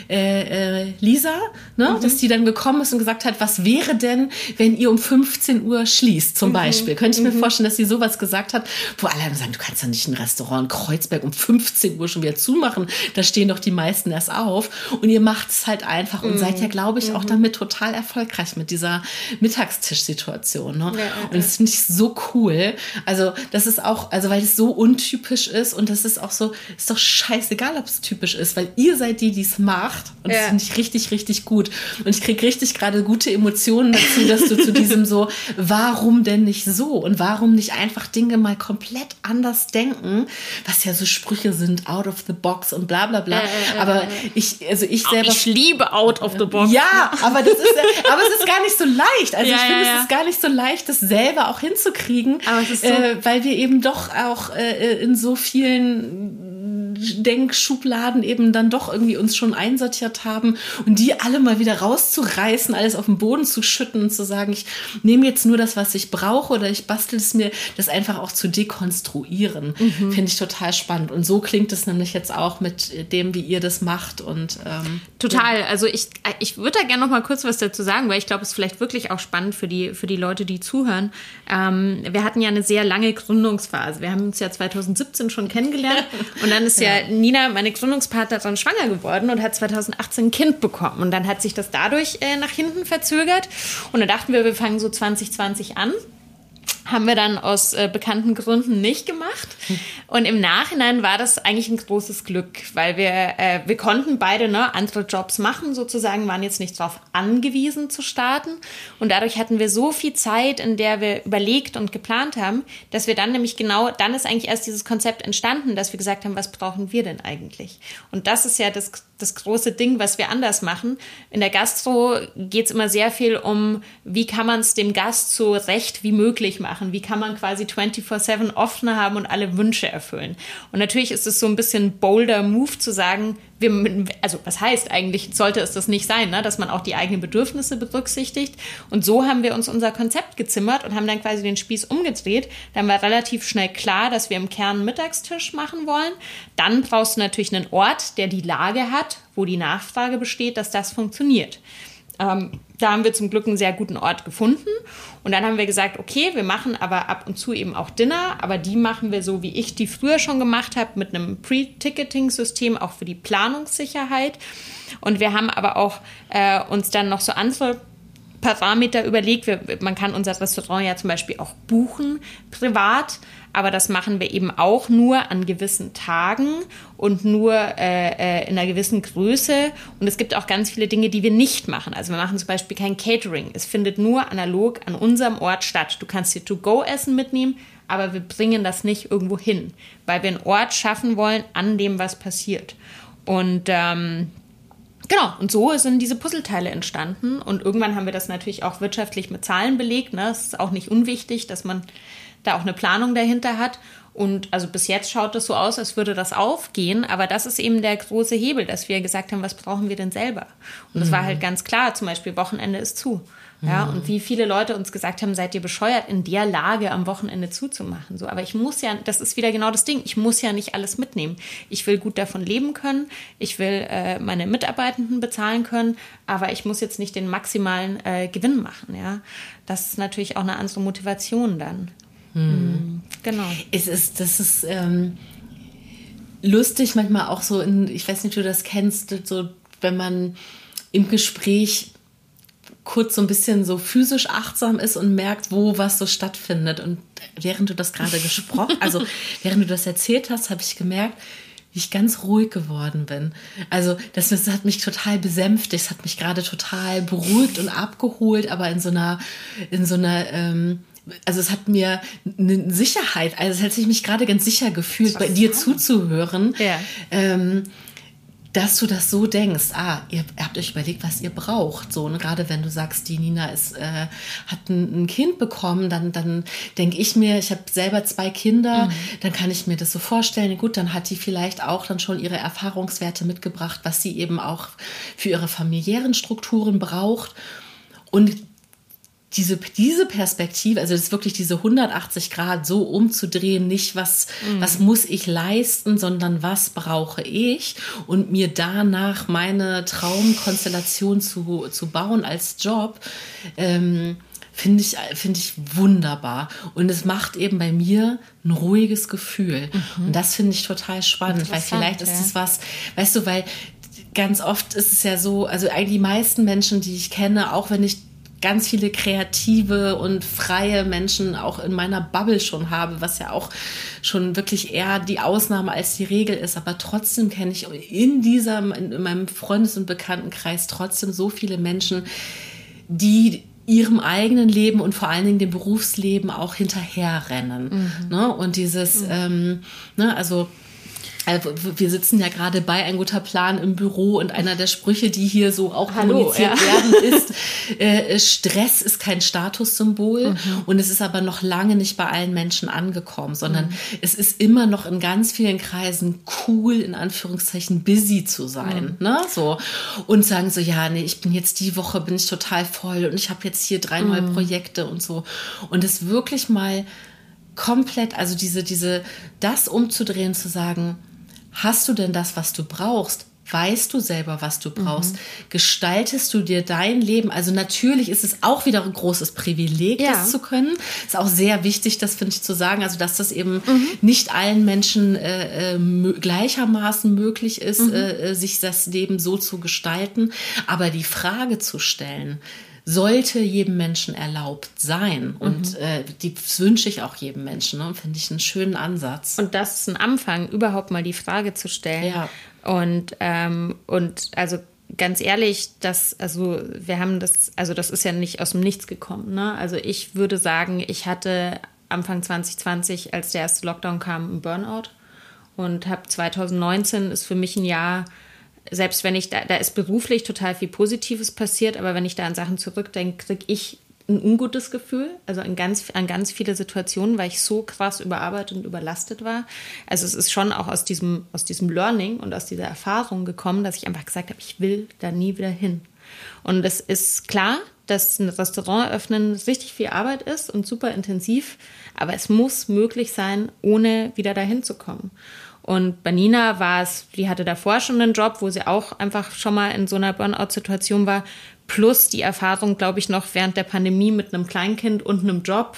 äh, äh, Lisa, ne? Mhm. Dass die dann gekommen ist und gesagt hat, was wäre denn, wenn ihr um fünfzehn Uhr schließt, zum mhm. Beispiel. Könnte ich mir mhm. vorstellen, dass sie sowas gesagt hat, wo alle sagen, du kannst ja nicht ein Restaurant in Kreuzberg um fünfzehn Uhr schon wieder zumachen. Da stehen doch die meisten erst auf. Und ihr macht es halt einfach und mhm. seid ja, glaube ich, auch damit total erfolgreich mit dieser Mittagstischsituation. Ne? Ja, ja, und das finde ich so cool. Also das ist auch, also weil es so untypisch ist und das ist auch so, ist doch scheißegal, ob es typisch ist, weil ihr seid die, die es macht. Und ja. das finde ich richtig, richtig gut. Und ich kriege richtig gerade gute Emotionen dazu, dass du zu diesem so, warum denn nicht so? Und warum nicht einfach Dinge mal komplett anders denken, was ja so Sprüche sind, out of the box und bla bla bla. Äh, äh, aber ich, also ich selber... Ich liebe out of the box. Ja, aber das ist, aber es ist gar nicht so leicht. Also ja, ich finde, ja, ja. es ist gar nicht so leicht, das selber auch hinzukriegen, aber es ist so, äh, weil wir eben doch auch äh, in so vielen Denkschubladen eben dann doch irgendwie uns schon einsortiert haben und die alle mal wieder rauszureißen, alles auf den Boden zu schütten und zu sagen, ich nehme jetzt nur das, was ich brauche oder ich bastel es mir, das einfach auch zu dekonstruieren, mhm. finde ich total spannend. Und so klingt es nämlich jetzt auch mit dem, wie ihr das macht. Und ähm, total. Ja. Also ich, ich würde da gerne noch mal kurz was dazu sagen, weil ich glaube, es ist vielleicht wirklich auch spannend für die, für die Leute, die zuhören. Ähm, wir hatten ja eine sehr lange Gründungsphase. Wir haben uns ja zwanzig siebzehn schon kennengelernt und dann ist ja, ja Nina, meine Gründungspartnerin, schwanger geworden und hat zwanzig achtzehn ein Kind bekommen. Und dann hat sich das dadurch äh, nach hinten verzögert. Und dann dachten wir, wir fangen so zwanzig zwanzig an. Haben wir dann aus äh, bekannten Gründen nicht gemacht. Und im Nachhinein war das eigentlich ein großes Glück, weil wir, äh, wir konnten beide ne, andere Jobs machen, sozusagen, waren jetzt nicht darauf angewiesen zu starten. Und dadurch hatten wir so viel Zeit, in der wir überlegt und geplant haben, dass wir dann nämlich genau, dann ist eigentlich erst dieses Konzept entstanden, dass wir gesagt haben, was brauchen wir denn eigentlich? Und das ist ja das, das große Ding, was wir anders machen. In der Gastro geht es immer sehr viel um, wie kann man es dem Gast so recht wie möglich machen? Wie kann man quasi vierundzwanzig sieben offen haben und alle Wünsche erfüllen? Und natürlich ist es so ein bisschen bolder Move zu sagen, wir, also was heißt eigentlich, sollte es das nicht sein, ne? Dass man auch die eigenen Bedürfnisse berücksichtigt. Und so haben wir uns unser Konzept gezimmert und haben dann quasi den Spieß umgedreht. Dann war relativ schnell klar, dass wir im Kern einen Mittagstisch machen wollen. Dann brauchst du natürlich einen Ort, der die Lage hat, wo die Nachfrage besteht, dass das funktioniert. Ähm, da haben wir zum Glück einen sehr guten Ort gefunden. Und dann haben wir gesagt, okay, wir machen aber ab und zu eben auch Dinner, aber die machen wir so, wie ich die früher schon gemacht habe, mit einem Pre-Ticketing-System, auch für die Planungssicherheit. Und wir haben aber auch äh, uns dann noch so andere Parameter überlegt. Wir, man kann unser Restaurant ja zum Beispiel auch buchen, privat. Aber das machen wir eben auch nur an gewissen Tagen und nur äh, in einer gewissen Größe. Und es gibt auch ganz viele Dinge, die wir nicht machen. Also wir machen zum Beispiel kein Catering. Es findet nur analog an unserem Ort statt. Du kannst dir To-Go-Essen mitnehmen, aber wir bringen das nicht irgendwo hin, weil wir einen Ort schaffen wollen, an dem was passiert. Und ähm, genau, und so sind diese Puzzleteile entstanden. Und irgendwann haben wir das natürlich auch wirtschaftlich mit Zahlen belegt. Ne? Es ist auch nicht unwichtig, dass man da auch eine Planung dahinter hat. Und also bis jetzt schaut es so aus, als würde das aufgehen. Aber das ist eben der große Hebel, dass wir gesagt haben, was brauchen wir denn selber? Und das mhm. war halt ganz klar, zum Beispiel Wochenende ist zu. Ja, und wie viele Leute uns gesagt haben, seid ihr bescheuert, in der Lage am Wochenende zuzumachen. So, aber ich muss ja, das ist wieder genau das Ding, ich muss ja nicht alles mitnehmen. Ich will gut davon leben können, ich will äh, meine Mitarbeitenden bezahlen können, aber ich muss jetzt nicht den maximalen äh, Gewinn machen. Ja, das ist natürlich auch eine andere Motivation dann. Hm. Genau. Es ist, das ist ähm, lustig manchmal auch so, in, ich weiß nicht, ob du das kennst, so wenn man im Gespräch kurz so ein bisschen so physisch achtsam ist und merkt, wo was so stattfindet. Und während du das gerade gesprochen, also während du das erzählt hast, habe ich gemerkt, wie ich ganz ruhig geworden bin. Also das, das hat mich total besänftigt, es hat mich gerade total beruhigt und abgeholt, aber in so einer, in so einer, ähm, also es hat mir eine Sicherheit, also es hat sich mich gerade ganz sicher gefühlt, bei dir zuzuhören. Ja. Ähm, dass du das so denkst, ah, ihr habt euch überlegt, was ihr braucht. So, und gerade wenn du sagst, die Nina ist, äh, hat ein, ein Kind bekommen, dann, dann denke ich mir, ich habe selber zwei Kinder, mhm. dann kann ich mir das so vorstellen, gut, dann hat die vielleicht auch dann schon ihre Erfahrungswerte mitgebracht, was sie eben auch für ihre familiären Strukturen braucht. Und diese, diese Perspektive, also das ist wirklich diese hundertachtzig Grad so umzudrehen, nicht was, mhm. was muss ich leisten, sondern was brauche ich und mir danach meine Traumkonstellation zu, zu bauen als Job, ähm, finde ich, finde ich wunderbar. Und es macht eben bei mir ein ruhiges Gefühl. Mhm. Und das finde ich total spannend, weil vielleicht ist es ja. was, weißt du, weil ganz oft ist es ja so, also eigentlich die meisten Menschen, die ich kenne, auch wenn ich ganz viele kreative und freie Menschen auch in meiner Bubble schon habe, was ja auch schon wirklich eher die Ausnahme als die Regel ist. Aber trotzdem kenne ich in dieser, in meinem Freundes- und Bekanntenkreis trotzdem so viele Menschen, die ihrem eigenen Leben und vor allen Dingen dem Berufsleben auch hinterherrennen. Mhm. Ne? Und dieses, mhm. ähm, ne, also Also wir sitzen ja gerade bei Ein guter Plan im Büro und einer der Sprüche, die hier so auch Hallo, kommuniziert ja. werden, ist, äh, Stress ist kein Statussymbol mhm. und es ist aber noch lange nicht bei allen Menschen angekommen, sondern mhm. es ist immer noch in ganz vielen Kreisen cool, in Anführungszeichen busy zu sein. Mhm. Ne? So. Und sagen so, ja, nee, ich bin jetzt die Woche, bin ich total voll und ich habe jetzt hier drei neue mhm. Projekte und so. Und es wirklich mal komplett, also diese, diese, das umzudrehen, zu sagen, hast du denn das, was du brauchst? Weißt du selber, was du brauchst? Mhm. Gestaltest du dir dein Leben? Also natürlich ist es auch wieder ein großes Privileg, ja. das zu können. Ist auch sehr wichtig, das finde ich zu sagen, also dass das eben mhm. nicht allen Menschen äh, äh, gleichermaßen möglich ist, mhm. äh, sich das Leben so zu gestalten. Aber die Frage zu stellen, sollte jedem Menschen erlaubt sein. Und mhm. äh, die wünsche ich auch jedem Menschen. Ne? Finde ich einen schönen Ansatz. Und das ist ein Anfang, überhaupt mal die Frage zu stellen. Ja. Und, ähm, und also ganz ehrlich, das, also wir haben das, also das ist ja nicht aus dem Nichts gekommen. Ne? Also ich würde sagen, ich hatte Anfang zwanzig zwanzig, als der erste Lockdown kam, einen Burnout. Und habe zwanzig neunzehn ist für mich ein Jahr, selbst wenn ich, da, da ist beruflich total viel Positives passiert, aber wenn ich da an Sachen zurückdenke, kriege ich ein ungutes Gefühl, also an ganz, an ganz viele Situationen, weil ich so krass überarbeitet und überlastet war. Also es ist schon auch aus diesem, aus diesem Learning und aus dieser Erfahrung gekommen, dass ich einfach gesagt habe, ich will da nie wieder hin. Und es ist klar, dass ein Restaurant eröffnen richtig viel Arbeit ist und super intensiv, aber es muss möglich sein, ohne wieder dahin zu kommen. Und bei Nina war es, die hatte davor schon einen Job, wo sie auch einfach schon mal in so einer Burnout-Situation war, plus die Erfahrung, glaube ich, noch während der Pandemie mit einem Kleinkind und einem Job.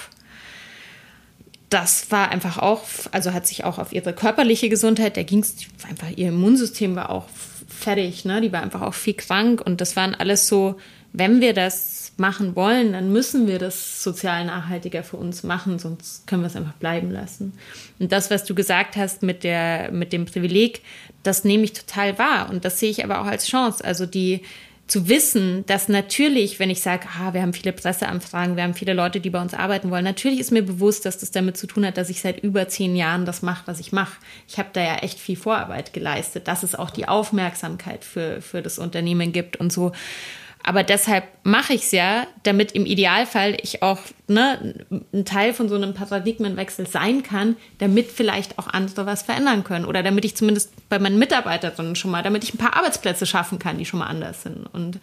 Das war einfach auch, also hat sich auch auf ihre körperliche Gesundheit, da ging es einfach, ihr Immunsystem war auch fertig, ne? Die war einfach auch viel krank und das waren alles so, wenn wir das machen wollen, dann müssen wir das sozial nachhaltiger für uns machen, sonst können wir es einfach bleiben lassen. Und das, was du gesagt hast mit der, mit dem Privileg, das nehme ich total wahr und das sehe ich aber auch als Chance. Also die zu wissen, dass natürlich, wenn ich sage, ah, wir haben viele Presseanfragen, wir haben viele Leute, die bei uns arbeiten wollen, natürlich ist mir bewusst, dass das damit zu tun hat, dass ich seit über zehn Jahren das mache, was ich mache. Ich habe da ja echt viel Vorarbeit geleistet, dass es auch die Aufmerksamkeit für, für das Unternehmen gibt und so. Aber deshalb mache ich es ja, damit im Idealfall ich auch ne, ein Teil von so einem Paradigmenwechsel sein kann, damit vielleicht auch andere was verändern können. Oder damit ich zumindest bei meinen Mitarbeiterinnen schon mal, damit ich ein paar Arbeitsplätze schaffen kann, die schon mal anders sind. Und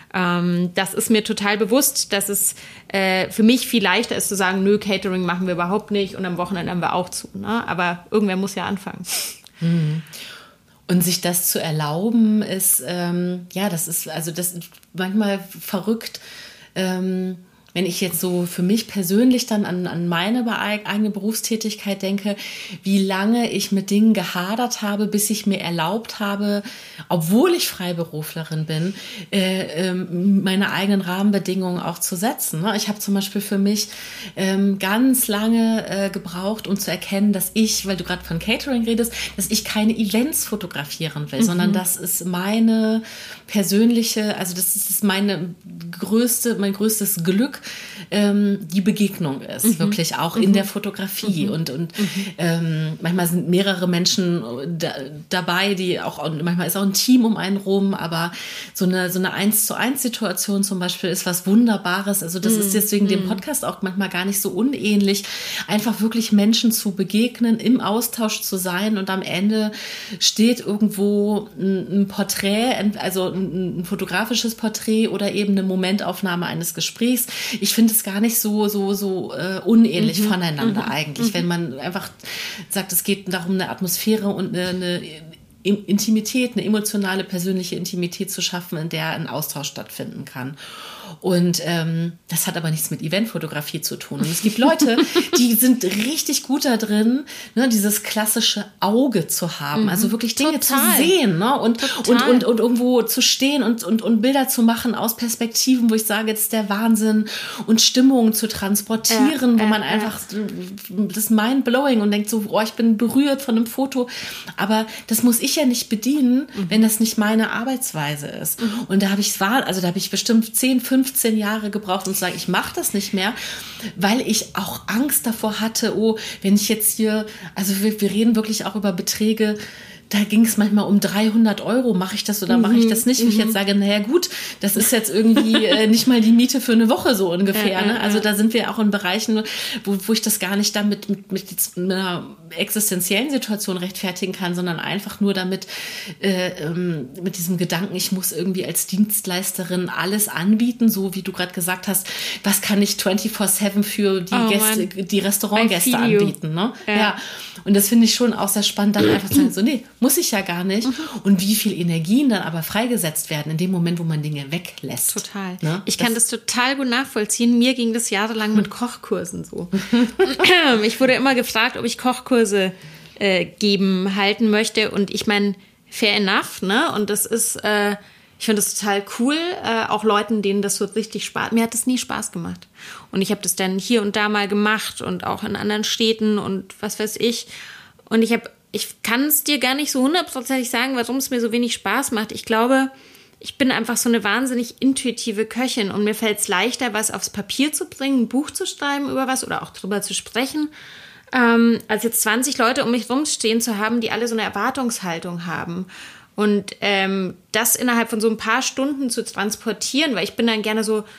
ähm, das ist mir total bewusst, dass es äh, für mich viel leichter ist zu sagen, nö, Catering machen wir überhaupt nicht und am Wochenende haben wir auch zu. Ne? Aber irgendwer muss ja anfangen. Mhm. Und sich das zu erlauben, ist, ähm, ja, das ist, also das ist manchmal verrückt, ähm, wenn ich jetzt so für mich persönlich dann an, an meine eigene Berufstätigkeit denke, wie lange ich mit Dingen gehadert habe, bis ich mir erlaubt habe, obwohl ich Freiberuflerin bin, äh, äh, meine eigenen Rahmenbedingungen auch zu setzen. Ne? Ich habe zum Beispiel für mich ähm, ganz lange äh, gebraucht, um zu erkennen, dass ich, weil du gerade von Catering redest, dass ich keine Events fotografieren will, mhm. sondern das ist meine persönliche, also das ist meine größte, mein größtes Glück, ähm, die Begegnung ist, mhm. wirklich auch mhm. in der Fotografie. Mhm. Und, und mhm. ähm, manchmal sind mehrere Menschen da, dabei, die auch, und manchmal ist auch ein Team um einen rum, aber so eine, so eine eins zu eins Situation zum Beispiel ist was Wunderbares. Also das mhm. ist deswegen mhm. dem Podcast auch manchmal gar nicht so unähnlich, einfach wirklich Menschen zu begegnen, im Austausch zu sein und am Ende steht irgendwo ein, ein Porträt, also ein, ein fotografisches Porträt oder eben eine Momentaufnahme eines Gesprächs, ich finde es gar nicht so, so, so äh, unähnlich Mhm. voneinander Mhm. eigentlich, Mhm. wenn man einfach sagt, es geht darum, eine Atmosphäre und eine, eine Intimität, eine emotionale, persönliche Intimität zu schaffen, in der ein Austausch stattfinden kann. Und ähm, das hat aber nichts mit Eventfotografie zu tun. Und es gibt Leute, die sind richtig gut da drin, ne, dieses klassische Auge zu haben, Mhm. also wirklich Dinge Total. zu sehen, ne, und, und, Total. und, und irgendwo zu stehen und, und, und Bilder zu machen aus Perspektiven, wo ich sage, jetzt ist der Wahnsinn, und Stimmungen zu transportieren, Ja, wo man ja, einfach, das ist mind-blowing und denkt so, oh, ich bin berührt von einem Foto. Aber das muss ich ja nicht bedienen, mhm. wenn das nicht meine Arbeitsweise ist. Mhm. Und da habe ich es war, also da habe ich bestimmt zehn, fünfzehn Jahre gebraucht, um zu sagen, ich mache das nicht mehr, weil ich auch Angst davor hatte, oh, wenn ich jetzt hier, also wir, wir reden wirklich auch über Beträge, da ging es manchmal um dreihundert Euro, mache ich das oder mache ich das nicht? Wo ich jetzt sage, naja gut, das ist jetzt irgendwie äh, nicht mal die Miete für eine Woche so ungefähr. Ne? Also da sind wir auch in Bereichen, wo, wo ich das gar nicht damit mit, mit einer existenziellen Situation rechtfertigen kann, sondern einfach nur damit, äh, ähm, mit diesem Gedanken, ich muss irgendwie als Dienstleisterin alles anbieten, so wie du gerade gesagt hast, was kann ich vierundzwanzig sieben für die Oh, Gäste, Mann. die Restaurantgäste I feel you. anbieten. Ne? Ja. Ja. Und das finde ich schon auch sehr spannend, dann einfach zu sagen, so, nee, muss ich ja gar nicht. Mhm. Und wie viel Energien dann aber freigesetzt werden in dem Moment, wo man Dinge weglässt. Total. Ne? Ich kann das, das total gut nachvollziehen. Mir ging das jahrelang mit Kochkursen so. Ich wurde immer gefragt, ob ich Kochkurse äh, geben, halten möchte. Und ich meine, fair enough, ne? Und das ist, äh, ich finde das total cool, äh, auch Leuten, denen das so richtig Spaß, mir hat das nie Spaß gemacht. Und ich habe das dann hier und da mal gemacht und auch in anderen Städten und was weiß ich. Und ich habe, ich kann es dir gar nicht so hundertprozentig sagen, warum es mir so wenig Spaß macht. Ich glaube, ich bin einfach so eine wahnsinnig intuitive Köchin und mir fällt es leichter, was aufs Papier zu bringen, ein Buch zu schreiben über was oder auch drüber zu sprechen, ähm, als jetzt zwanzig Leute um mich rumstehen zu haben, die alle so eine Erwartungshaltung haben. Und ähm, das innerhalb von so ein paar Stunden zu transportieren, weil ich bin dann gerne so,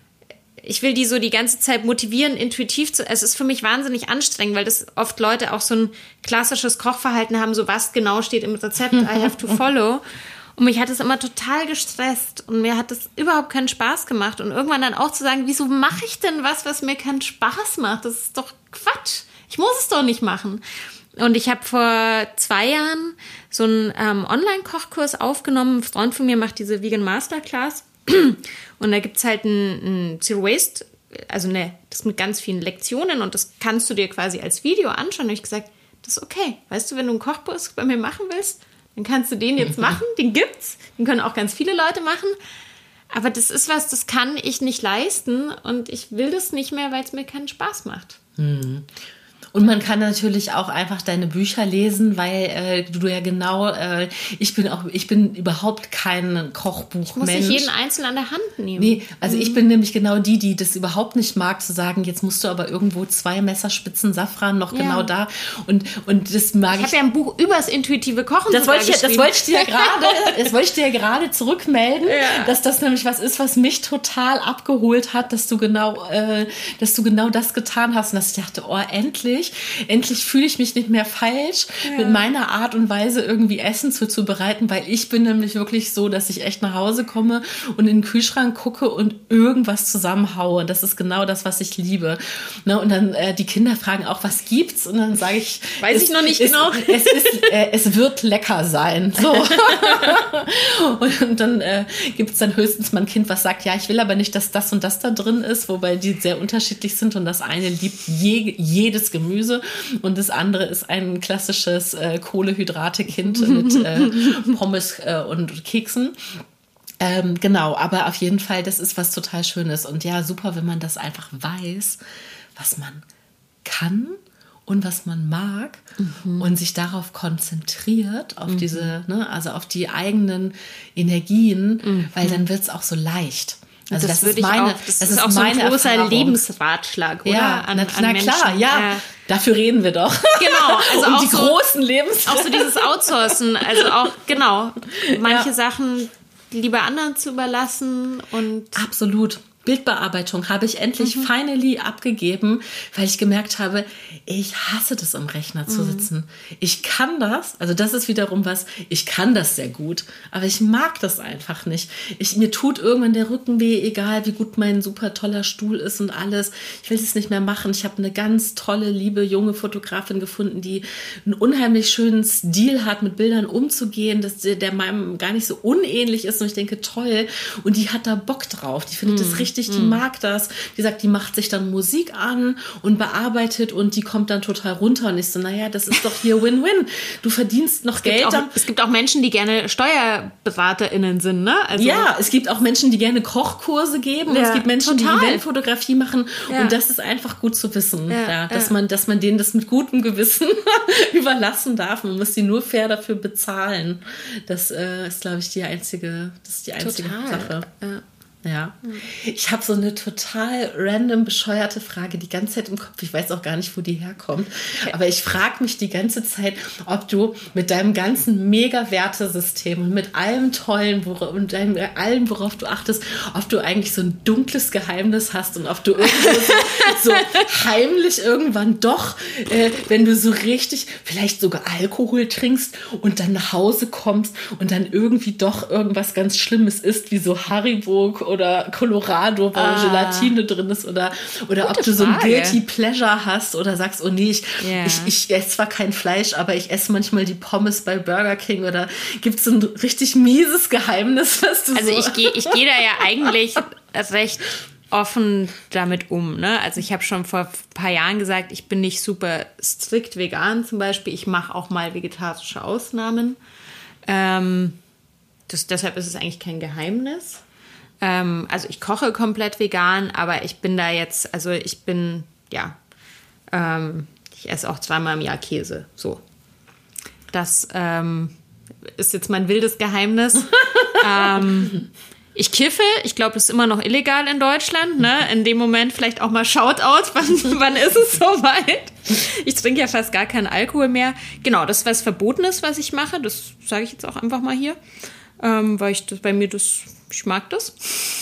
ich will die so die ganze Zeit motivieren, intuitiv zu, es ist für mich wahnsinnig anstrengend, weil das oft Leute auch so ein klassisches Kochverhalten haben, so was genau steht im Rezept, I have to follow. Und mich hat es immer total gestresst und mir hat es überhaupt keinen Spaß gemacht. Und irgendwann dann auch zu sagen, wieso mache ich denn was, was mir keinen Spaß macht? Das ist doch Quatsch. Ich muss es doch nicht machen. Und ich habe vor zwei Jahren so einen ähm, Online-Kochkurs aufgenommen. Ein Freund von mir macht diese Vegan Masterclass. Und da gibt's halt ein, ein Zero Waste, also ne, das mit ganz vielen Lektionen. Und das kannst du dir quasi als Video anschauen. Und ich habe gesagt, das ist okay. Weißt du, wenn du einen Kochkurs bei mir machen willst, dann kannst du den jetzt machen. Den gibt's. Den können auch ganz viele Leute machen. Aber das ist was, das kann ich nicht leisten. Und ich will das nicht mehr, weil es mir keinen Spaß macht. Mhm. Und man kann natürlich auch einfach deine Bücher lesen, weil äh, du ja genau, äh, ich bin auch, ich bin überhaupt kein Kochbuchmensch. Ich muss nicht jeden einzeln an der Hand nehmen. Nee, also mhm. ich bin nämlich genau die, die das überhaupt nicht mag, zu sagen, jetzt musst du aber irgendwo zwei Messerspitzen Safran noch ja. genau da. Und, und das mag ich. Ich habe ja ein Buch übers intuitive Kochen das wollte ich, das wollte ich dir ja gerade, das wollte ich dir ja gerade zurückmelden, ja. dass das nämlich was ist, was mich total abgeholt hat, dass du genau, äh, dass du genau das getan hast und dass ich dachte, oh, endlich. Endlich fühle ich mich nicht mehr falsch, ja. mit meiner Art und Weise irgendwie Essen zuzubereiten, weil ich bin nämlich wirklich so, dass ich echt nach Hause komme und in den Kühlschrank gucke und irgendwas zusammenhaue. Das ist genau das, was ich liebe. Ne? Und dann äh, die Kinder fragen auch, was gibt's? Und dann sage ich, weiß es, ich noch nicht es, genau. Es, ist, äh, es wird lecker sein. So. und, und dann äh, gibt es dann höchstens mal ein Kind, was sagt, ja, ich will aber nicht, dass das und das da drin ist, wobei die sehr unterschiedlich sind und das eine liebt je, jedes Gemüse. Und das andere ist ein klassisches äh, Kohlehydrate-Kind mit äh, Pommes äh, und Keksen. Ähm, genau, aber auf jeden Fall, das ist was total Schönes. Und ja, super, wenn man das einfach weiß, was man kann und was man mag mhm. und sich darauf konzentriert, auf mhm. diese, ne, also auf die eigenen Energien, mhm. weil dann wird es auch so leicht. Also das, das würde ist meine, ich auch, das, das ist, ist auch so ein großer Erfahrung. Lebensratschlag, oder? Ja, an, na, an na klar, ja. ja. Dafür reden wir doch. Genau. Also um auch die so, großen Lebens... Auch so dieses Outsourcen, also auch, genau, manche ja. Sachen lieber anderen zu überlassen und... Absolut. Bildbearbeitung habe ich endlich mhm. finally abgegeben, weil ich gemerkt habe, ich hasse das, am Rechner zu sitzen. Mhm. Ich kann das, also das ist wiederum was, ich kann das sehr gut, aber ich mag das einfach nicht. Ich, mir tut irgendwann der Rücken weh, egal wie gut mein super toller Stuhl ist und alles. Ich will es nicht mehr machen. Ich habe eine ganz tolle, liebe, junge Fotografin gefunden, die einen unheimlich schönen Stil hat, mit Bildern umzugehen, dass der, der meinem gar nicht so unähnlich ist und ich denke, toll. Und die hat da Bock drauf. Die findet mhm. das richtig, die mhm. mag das. Die sagt, die macht sich dann Musik an und bearbeitet und die kommt dann total runter. Und ich so, naja, das ist doch hier Win-Win. Du verdienst noch es Geld. Gibt auch, es gibt auch Menschen, die gerne SteuerberaterInnen sind, ne? Also, ja, es gibt auch Menschen, die gerne Kochkurse geben. Ja, und es gibt Menschen, total. die Eventfotografie machen. Ja. Und das ist einfach gut zu wissen, ja, ja, dass, ja. Man, dass man denen das mit gutem Gewissen überlassen darf. Man muss sie nur fair dafür bezahlen. Das äh, ist, glaube ich, die einzige, das ist die einzige total. Sache. Ja. Ja, ich habe so eine total random, bescheuerte Frage die ganze Zeit im Kopf. Ich weiß auch gar nicht, wo die herkommt. Aber ich frage mich die ganze Zeit, ob du mit deinem ganzen Mega-Wertesystem und mit allem Tollen wora- und deinem, allem, worauf du achtest, ob du eigentlich so ein dunkles Geheimnis hast und ob du irgendwo so, so heimlich irgendwann doch, äh, wenn du so richtig, vielleicht sogar Alkohol trinkst und dann nach Hause kommst und dann irgendwie doch irgendwas ganz Schlimmes isst, wie so Haribo oder Colorado, wo ah. Gelatine drin ist oder, oder ob du so ein Guilty Pleasure hast oder sagst, oh nee, ich, yeah. ich, ich esse zwar kein Fleisch, aber ich esse manchmal die Pommes bei Burger King oder gibt es so ein richtig mieses Geheimnis, was du Also so... ich gehe ich geh da ja eigentlich recht offen damit um, ne? Also ich habe schon vor ein paar Jahren gesagt, ich bin nicht super strikt vegan zum Beispiel, ich mache auch mal vegetarische Ausnahmen. Ähm, das, deshalb ist es eigentlich kein Geheimnis. Also ich koche komplett vegan, aber ich bin da jetzt, also ich bin, ja, ähm, ich esse auch zweimal im Jahr Käse, so. Das ähm, ist jetzt mein wildes Geheimnis. ähm, ich kiffe, ich glaube, das ist immer noch illegal in Deutschland, ne? In dem Moment vielleicht auch mal Shoutout, wann, wann ist es soweit? Ich trinke ja fast gar keinen Alkohol mehr. Genau, das ist was Verbotenes, was ich mache, das sage ich jetzt auch einfach mal hier, ähm, weil ich das, bei mir das... Ich mag das.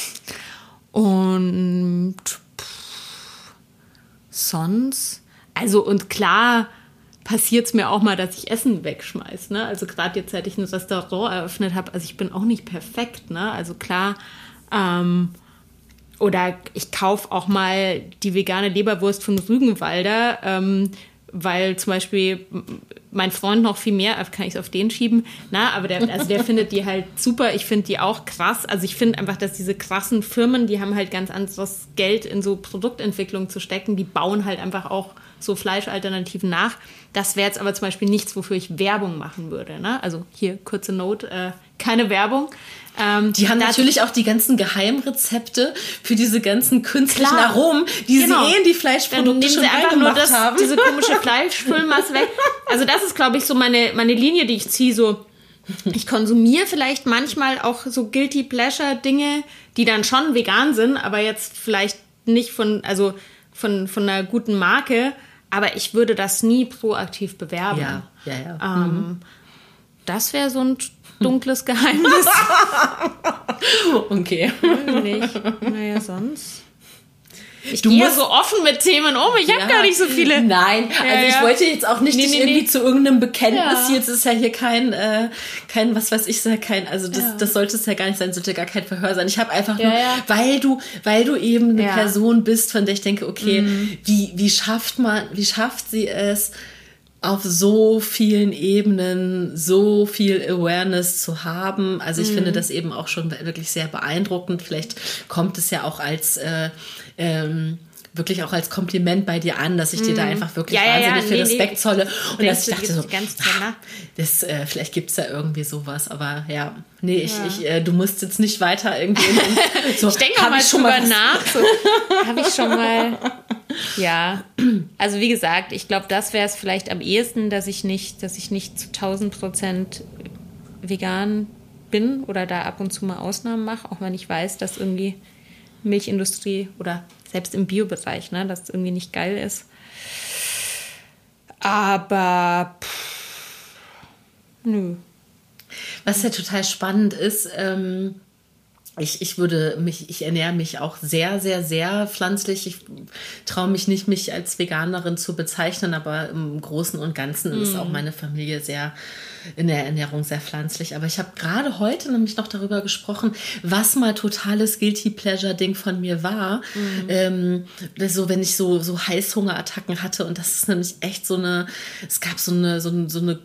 Und pff, sonst, also und klar passiert es mir auch mal, dass ich Essen wegschmeiße. Ne? Also gerade jetzt, seit ich ein Restaurant eröffnet habe, also ich bin auch nicht perfekt. Ne? Also klar, ähm, oder ich kaufe auch mal die vegane Leberwurst von Rügenwalder, ähm, weil zum Beispiel mein Freund noch viel mehr, kann ich es auf den schieben, na, aber der, also der findet die halt super, ich finde die auch krass, also ich finde einfach, dass diese krassen Firmen, die haben halt ganz anderes Geld in so Produktentwicklung zu stecken, die bauen halt einfach auch so Fleischalternativen nach. Das wäre jetzt aber zum Beispiel nichts, wofür ich Werbung machen würde, ne? Also hier, kurze Note, äh, keine Werbung. Ähm, die haben natürlich auch die ganzen Geheimrezepte für diese ganzen künstlichen Klar, Aromen, die genau. sie eh in die Fleischprodukte schon sie einfach nur das, haben. Diese komische Fleischfüllmasse weg. Also das ist, glaube ich, so meine, meine Linie, die ich ziehe. So, ich konsumiere vielleicht manchmal auch so Guilty Pleasure Dinge, die dann schon vegan sind, aber jetzt vielleicht nicht von, also von, von einer guten Marke. Aber ich würde das nie proaktiv bewerben. Ja, ja, ja. Ähm, mhm. Das wäre so ein dunkles Geheimnis. Okay. Nicht. Naja, sonst. Ich gehe ja so offen mit Themen um. Ich habe ja, gar nicht so viele. Nein, also ja, ich ja. wollte jetzt auch nicht nee, dich nee, irgendwie nee. zu irgendeinem Bekenntnis. Ja. Jetzt ist ja hier kein, äh, kein, was weiß ich, kein, also das, ja. das sollte es ja gar nicht sein, sollte gar kein Verhör sein. Ich habe einfach nur, ja, ja. weil du, weil du eben eine ja. Person bist, von der ich denke, okay, mhm. wie, wie schafft man, wie schafft sie es, auf so vielen Ebenen so viel Awareness zu haben. Also ich mhm. finde das eben auch schon wirklich sehr beeindruckend. Vielleicht kommt es ja auch als äh, ähm, wirklich auch als Kompliment bei dir an, dass ich dir da einfach wirklich ja, wahnsinnig ja, ja. viel nee, Respekt nee. zolle. Und dass ich dachte so, ganz ach, das, äh, vielleicht gibt es da irgendwie sowas, aber ja, nee, ich, ja. ich, äh, du musst jetzt nicht weiter irgendwie... In, in, so, ich denke auch mal drüber nach. So, habe ich schon mal... Ja, also wie gesagt, ich glaube, das wäre es vielleicht am ehesten, dass ich nicht, dass ich nicht zu tausend Prozent vegan bin oder da ab und zu mal Ausnahmen mache, auch wenn ich weiß, dass irgendwie Milchindustrie oder selbst im Biobereich, ne, das irgendwie nicht geil ist. Aber pff, nö. Was ja total spannend ist, ähm, Ich, ich würde mich, ich ernähre mich auch sehr, sehr, sehr pflanzlich. Ich traue mich nicht, mich als Veganerin zu bezeichnen, aber im Großen und Ganzen mm. ist auch meine Familie sehr in der Ernährung sehr pflanzlich. Aber ich habe gerade heute nämlich noch darüber gesprochen, was mal totales Guilty Pleasure-Ding von mir war. Mm. Ähm, so, wenn ich so, so Heißhungerattacken hatte, und das ist nämlich echt so eine, es gab so eine, so, so eine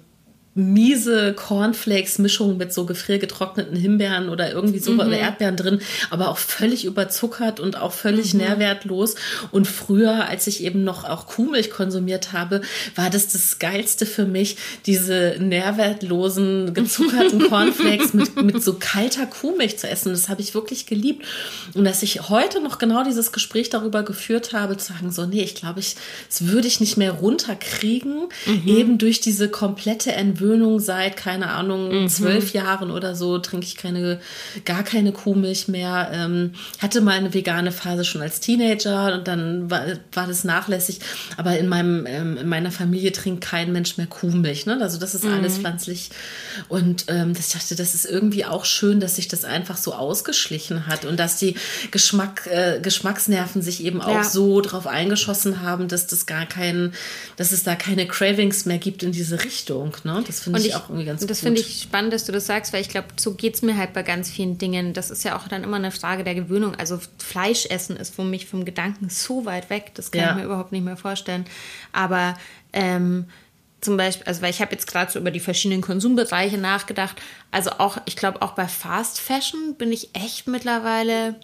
miese Cornflakes-Mischung mit so gefriergetrockneten Himbeeren oder irgendwie so, mhm. oder Erdbeeren drin, aber auch völlig überzuckert und auch völlig mhm. nährwertlos. Und früher, als ich eben noch auch Kuhmilch konsumiert habe, war das das Geilste für mich, diese nährwertlosen, gezuckerten Cornflakes mit, mit so kalter Kuhmilch zu essen. Das habe ich wirklich geliebt. Und dass ich heute noch genau dieses Gespräch darüber geführt habe, zu sagen, so, nee, ich glaube, ich, das würde ich nicht mehr runterkriegen, mhm. eben durch diese komplette Entwöhnung. Seit, keine Ahnung, mhm. zwölf Jahren oder so trinke ich keine, gar keine Kuhmilch mehr. Ähm, hatte mal eine vegane Phase schon als Teenager und dann war, war das nachlässig. Aber in meinem, ähm, in meiner Familie trinkt kein Mensch mehr Kuhmilch. Ne? Also das ist mhm. alles pflanzlich. Und ähm, das, ich dachte, das ist irgendwie auch schön, dass sich das einfach so ausgeschlichen hat und dass die Geschmack, äh, Geschmacksnerven sich eben auch ja. so drauf eingeschossen haben, dass das gar kein, dass es da keine Cravings mehr gibt in diese Richtung. Ne? Das finde ich, ich auch irgendwie ganz gut. Das finde ich spannend, dass du das sagst, weil ich glaube, so geht es mir halt bei ganz vielen Dingen. Das ist ja auch dann immer eine Frage der Gewöhnung. Also Fleisch essen ist für mich vom Gedanken so weit weg, das kann ja. ich mir überhaupt nicht mehr vorstellen. Aber ähm, zum Beispiel, also weil ich habe jetzt gerade so über die verschiedenen Konsumbereiche nachgedacht. Also auch, ich glaube auch bei Fast Fashion bin ich echt mittlerweile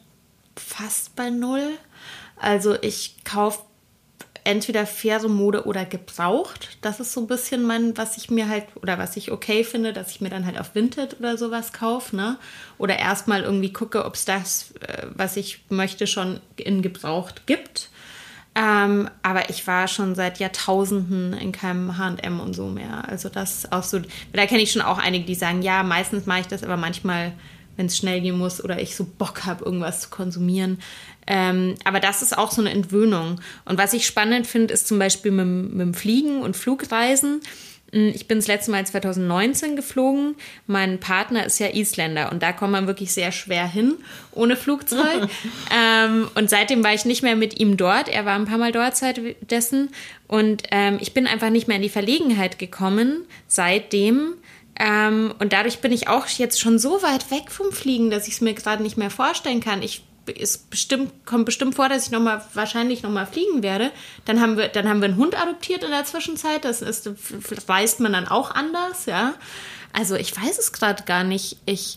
fast bei null. Also ich kaufe entweder faire Mode oder gebraucht. Das ist so ein bisschen mein, was ich mir halt, oder was ich okay finde, dass ich mir dann halt auf Vinted oder sowas kaufe, ne? Oder erstmal irgendwie gucke, ob es das, was ich möchte, schon in gebraucht gibt. Ähm, aber ich war schon seit Jahrtausenden in keinem H und M und so mehr. Also das auch so, da kenne ich schon auch einige, die sagen, ja, meistens mache ich das, aber manchmal, wenn es schnell gehen muss oder ich so Bock habe, irgendwas zu konsumieren. Ähm, aber das ist auch so eine Entwöhnung. Und was ich spannend finde, ist zum Beispiel mit, mit dem Fliegen und Flugreisen. Ich bin das letzte Mal zwanzig neunzehn geflogen. Mein Partner ist ja Isländer und da kommt man wirklich sehr schwer hin ohne Flugzeug. ähm, und seitdem war ich nicht mehr mit ihm dort. Er war ein paar Mal dort seitdessen. Und ähm, ich bin einfach nicht mehr in die Verlegenheit gekommen seitdem. Ähm, und dadurch bin ich auch jetzt schon so weit weg vom Fliegen, dass ich es mir gerade nicht mehr vorstellen kann. Ich ist bestimmt, kommt bestimmt vor, dass ich noch mal, wahrscheinlich noch mal fliegen werde. Dann haben wir, dann haben wir einen Hund adoptiert in der Zwischenzeit. Das ist, reist man dann auch anders, ja. Also ich weiß es gerade gar nicht. Ich,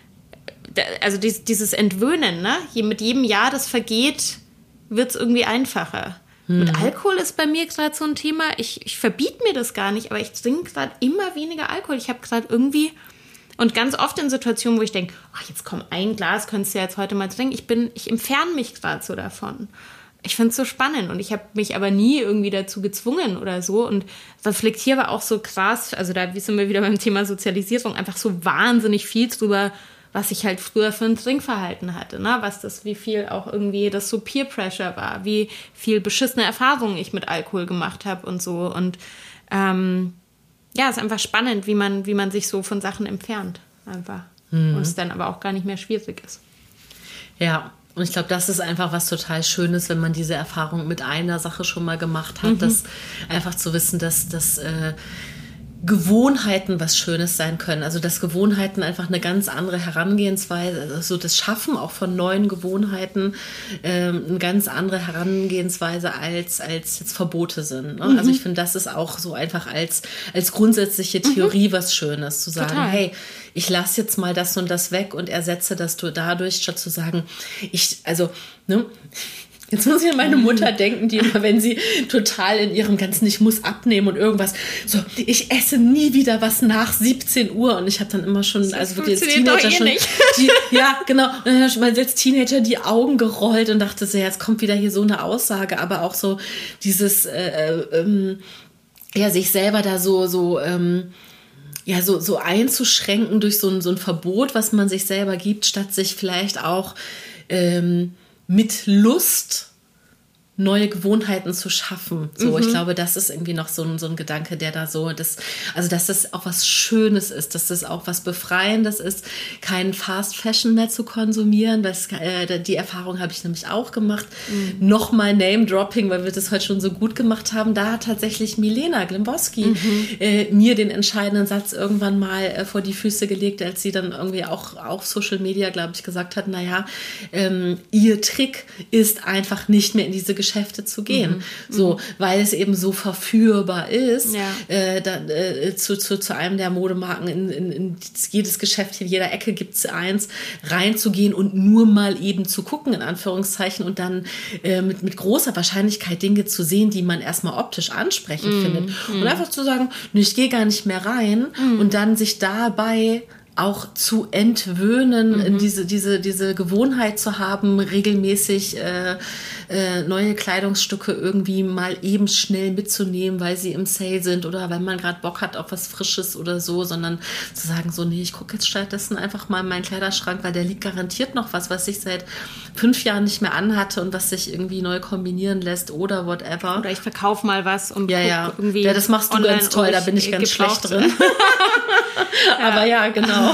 also dies, dieses Entwöhnen, ne? Mit jedem Jahr, das vergeht, wird es irgendwie einfacher. Mhm. Mit Alkohol ist bei mir gerade so ein Thema. Ich, ich verbiete mir das gar nicht, aber ich trinke gerade immer weniger Alkohol. Ich habe gerade irgendwie Und ganz oft in Situationen, wo ich denke, ach, jetzt komm, ein Glas könntest du ja jetzt heute mal trinken. Ich bin, ich entferne mich gerade so davon. Ich finde es so spannend und ich habe mich aber nie irgendwie dazu gezwungen oder so und reflektiere aber auch so krass, also da sind wir wieder beim Thema Sozialisierung, einfach so wahnsinnig viel drüber, was ich halt früher für ein Trinkverhalten hatte, ne? Was das, wie viel auch irgendwie das so Peer Pressure war, wie viel beschissene Erfahrungen ich mit Alkohol gemacht habe und so und ähm, ja, ist einfach spannend, wie man, wie man sich so von Sachen entfernt, einfach. Mhm. Und es dann aber auch gar nicht mehr schwierig ist. Ja, und ich glaube, das ist einfach was total Schönes, wenn man diese Erfahrung mit einer Sache schon mal gemacht hat, mhm. dass einfach zu wissen, dass das äh, Gewohnheiten was Schönes sein können. Also dass Gewohnheiten einfach eine ganz andere Herangehensweise, also das Schaffen auch von neuen Gewohnheiten ähm, eine ganz andere Herangehensweise als, als jetzt Verbote sind. Ne? Mhm. Also ich finde, das ist auch so einfach als, als grundsätzliche Theorie mhm. was Schönes, zu sagen, Total. hey, ich lasse jetzt mal das und das weg und ersetze das dadurch, statt zu sagen, ich, also, ne, jetzt muss ich an meine Mutter denken, die immer, wenn sie total in ihrem ganzen, ich muss abnehmen und irgendwas, so, ich esse nie wieder was nach siebzehn Uhr und ich habe dann immer schon, das also wirklich als Teenager schon, die, ja, genau, und dann habe ich mal als Teenager die Augen gerollt und dachte so, ja, jetzt kommt wieder hier so eine Aussage, aber auch so dieses, äh, ähm, ja, sich selber da so, so, ähm, ja, so, so einzuschränken durch so ein, so ein Verbot, was man sich selber gibt, statt sich vielleicht auch, ähm, mit Lust neue Gewohnheiten zu schaffen. So, mhm. ich glaube, das ist irgendwie noch so ein, so ein Gedanke, der da so, das, also dass das auch was Schönes ist, dass das auch was Befreiendes ist, kein Fast Fashion mehr zu konsumieren. Das, äh, die Erfahrung habe ich nämlich auch gemacht. Mhm. Nochmal Name-Dropping, weil wir das heute schon so gut gemacht haben. Da hat tatsächlich Milena Glimbowski mhm. äh, mir den entscheidenden Satz irgendwann mal äh, vor die Füße gelegt, als sie dann irgendwie auch auf Social Media, glaube ich, gesagt hat, naja, ähm, ihr Trick ist einfach nicht mehr in diese Geschäfte zu gehen, mhm. so, weil es eben so verführbar ist, ja. äh, da, äh, zu, zu, zu einem der Modemarken, in, in, in jedes Geschäft, in jeder Ecke gibt es eins, reinzugehen und nur mal eben zu gucken, in Anführungszeichen, und dann äh, mit, mit großer Wahrscheinlichkeit Dinge zu sehen, die man erstmal optisch ansprechend mhm. findet. Und mhm. einfach zu sagen, nee, ich gehe gar nicht mehr rein mhm. und dann sich dabei auch zu entwöhnen, mhm. diese, diese, diese Gewohnheit zu haben, regelmäßig äh, äh, neue Kleidungsstücke irgendwie mal eben schnell mitzunehmen, weil sie im Sale sind oder wenn man gerade Bock hat auf was Frisches oder so, sondern zu sagen, so, nee, ich gucke jetzt stattdessen einfach mal in meinen Kleiderschrank, weil der liegt garantiert noch was, was ich seit fünf Jahren nicht mehr anhatte und was sich irgendwie neu kombinieren lässt oder whatever. Oder ich verkaufe mal was und ja, guck ja. irgendwie Ja, das machst du online, ganz toll, da bin ich ganz schlecht drin. Ja. Aber ja, genau.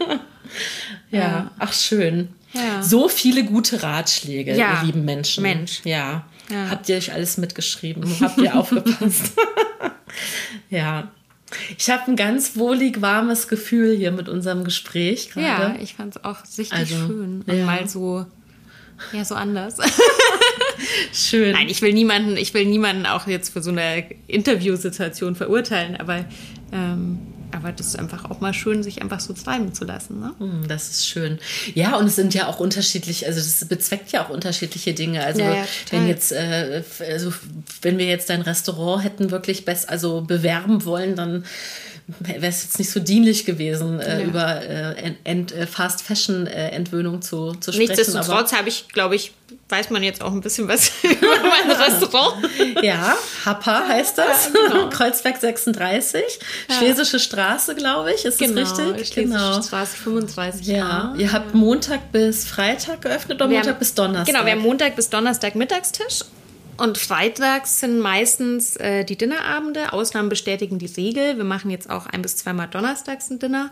Ja, ja. Ach schön. Ja. So viele gute Ratschläge, ja. ihr lieben Menschen. Mensch. Ja. ja. Habt ihr euch alles mitgeschrieben? Habt ihr aufgepasst? Ja. Ich habe ein ganz wohlig warmes Gefühl hier mit unserem Gespräch gerade. Ja, ich fand es auch richtig also, schön und ja. mal so, ja, so anders. Schön. Nein, ich will niemanden, ich will niemanden auch jetzt für so eine Interviewsituation verurteilen, aber ähm, Aber das ist einfach auch mal schön, sich einfach so treiben zu lassen. Ne? Das ist schön. Ja, und es sind ja auch unterschiedlich, also das bezweckt ja auch unterschiedliche Dinge. Also ja, ja, wenn jetzt, äh, also wenn wir jetzt ein Restaurant hätten wirklich best, also bewerben wollen, dann wäre es jetzt nicht so dienlich gewesen, äh, ja. über äh, Ent, äh, Fast Fashion äh, Entwöhnung zu, zu sprechen. Nichtsdestotrotz habe ich, glaube ich, weiß man jetzt auch ein bisschen was über mein Restaurant. Ja, Happa heißt das. Ja, genau. Kreuzberg sechsunddreißig. Ja. Schlesische Straße, glaube ich. Ist genau, das richtig? Schlesische genau. Straße fünfunddreißig. Ja. ja. Ihr habt Montag bis Freitag geöffnet oder wir Montag haben, bis Donnerstag? Genau, wir haben Montag bis Donnerstag Mittagstisch. Und freitags sind meistens äh, die Dinnerabende. Ausnahmen bestätigen die Regel. Wir machen jetzt auch ein- bis zweimal donnerstags ein Dinner.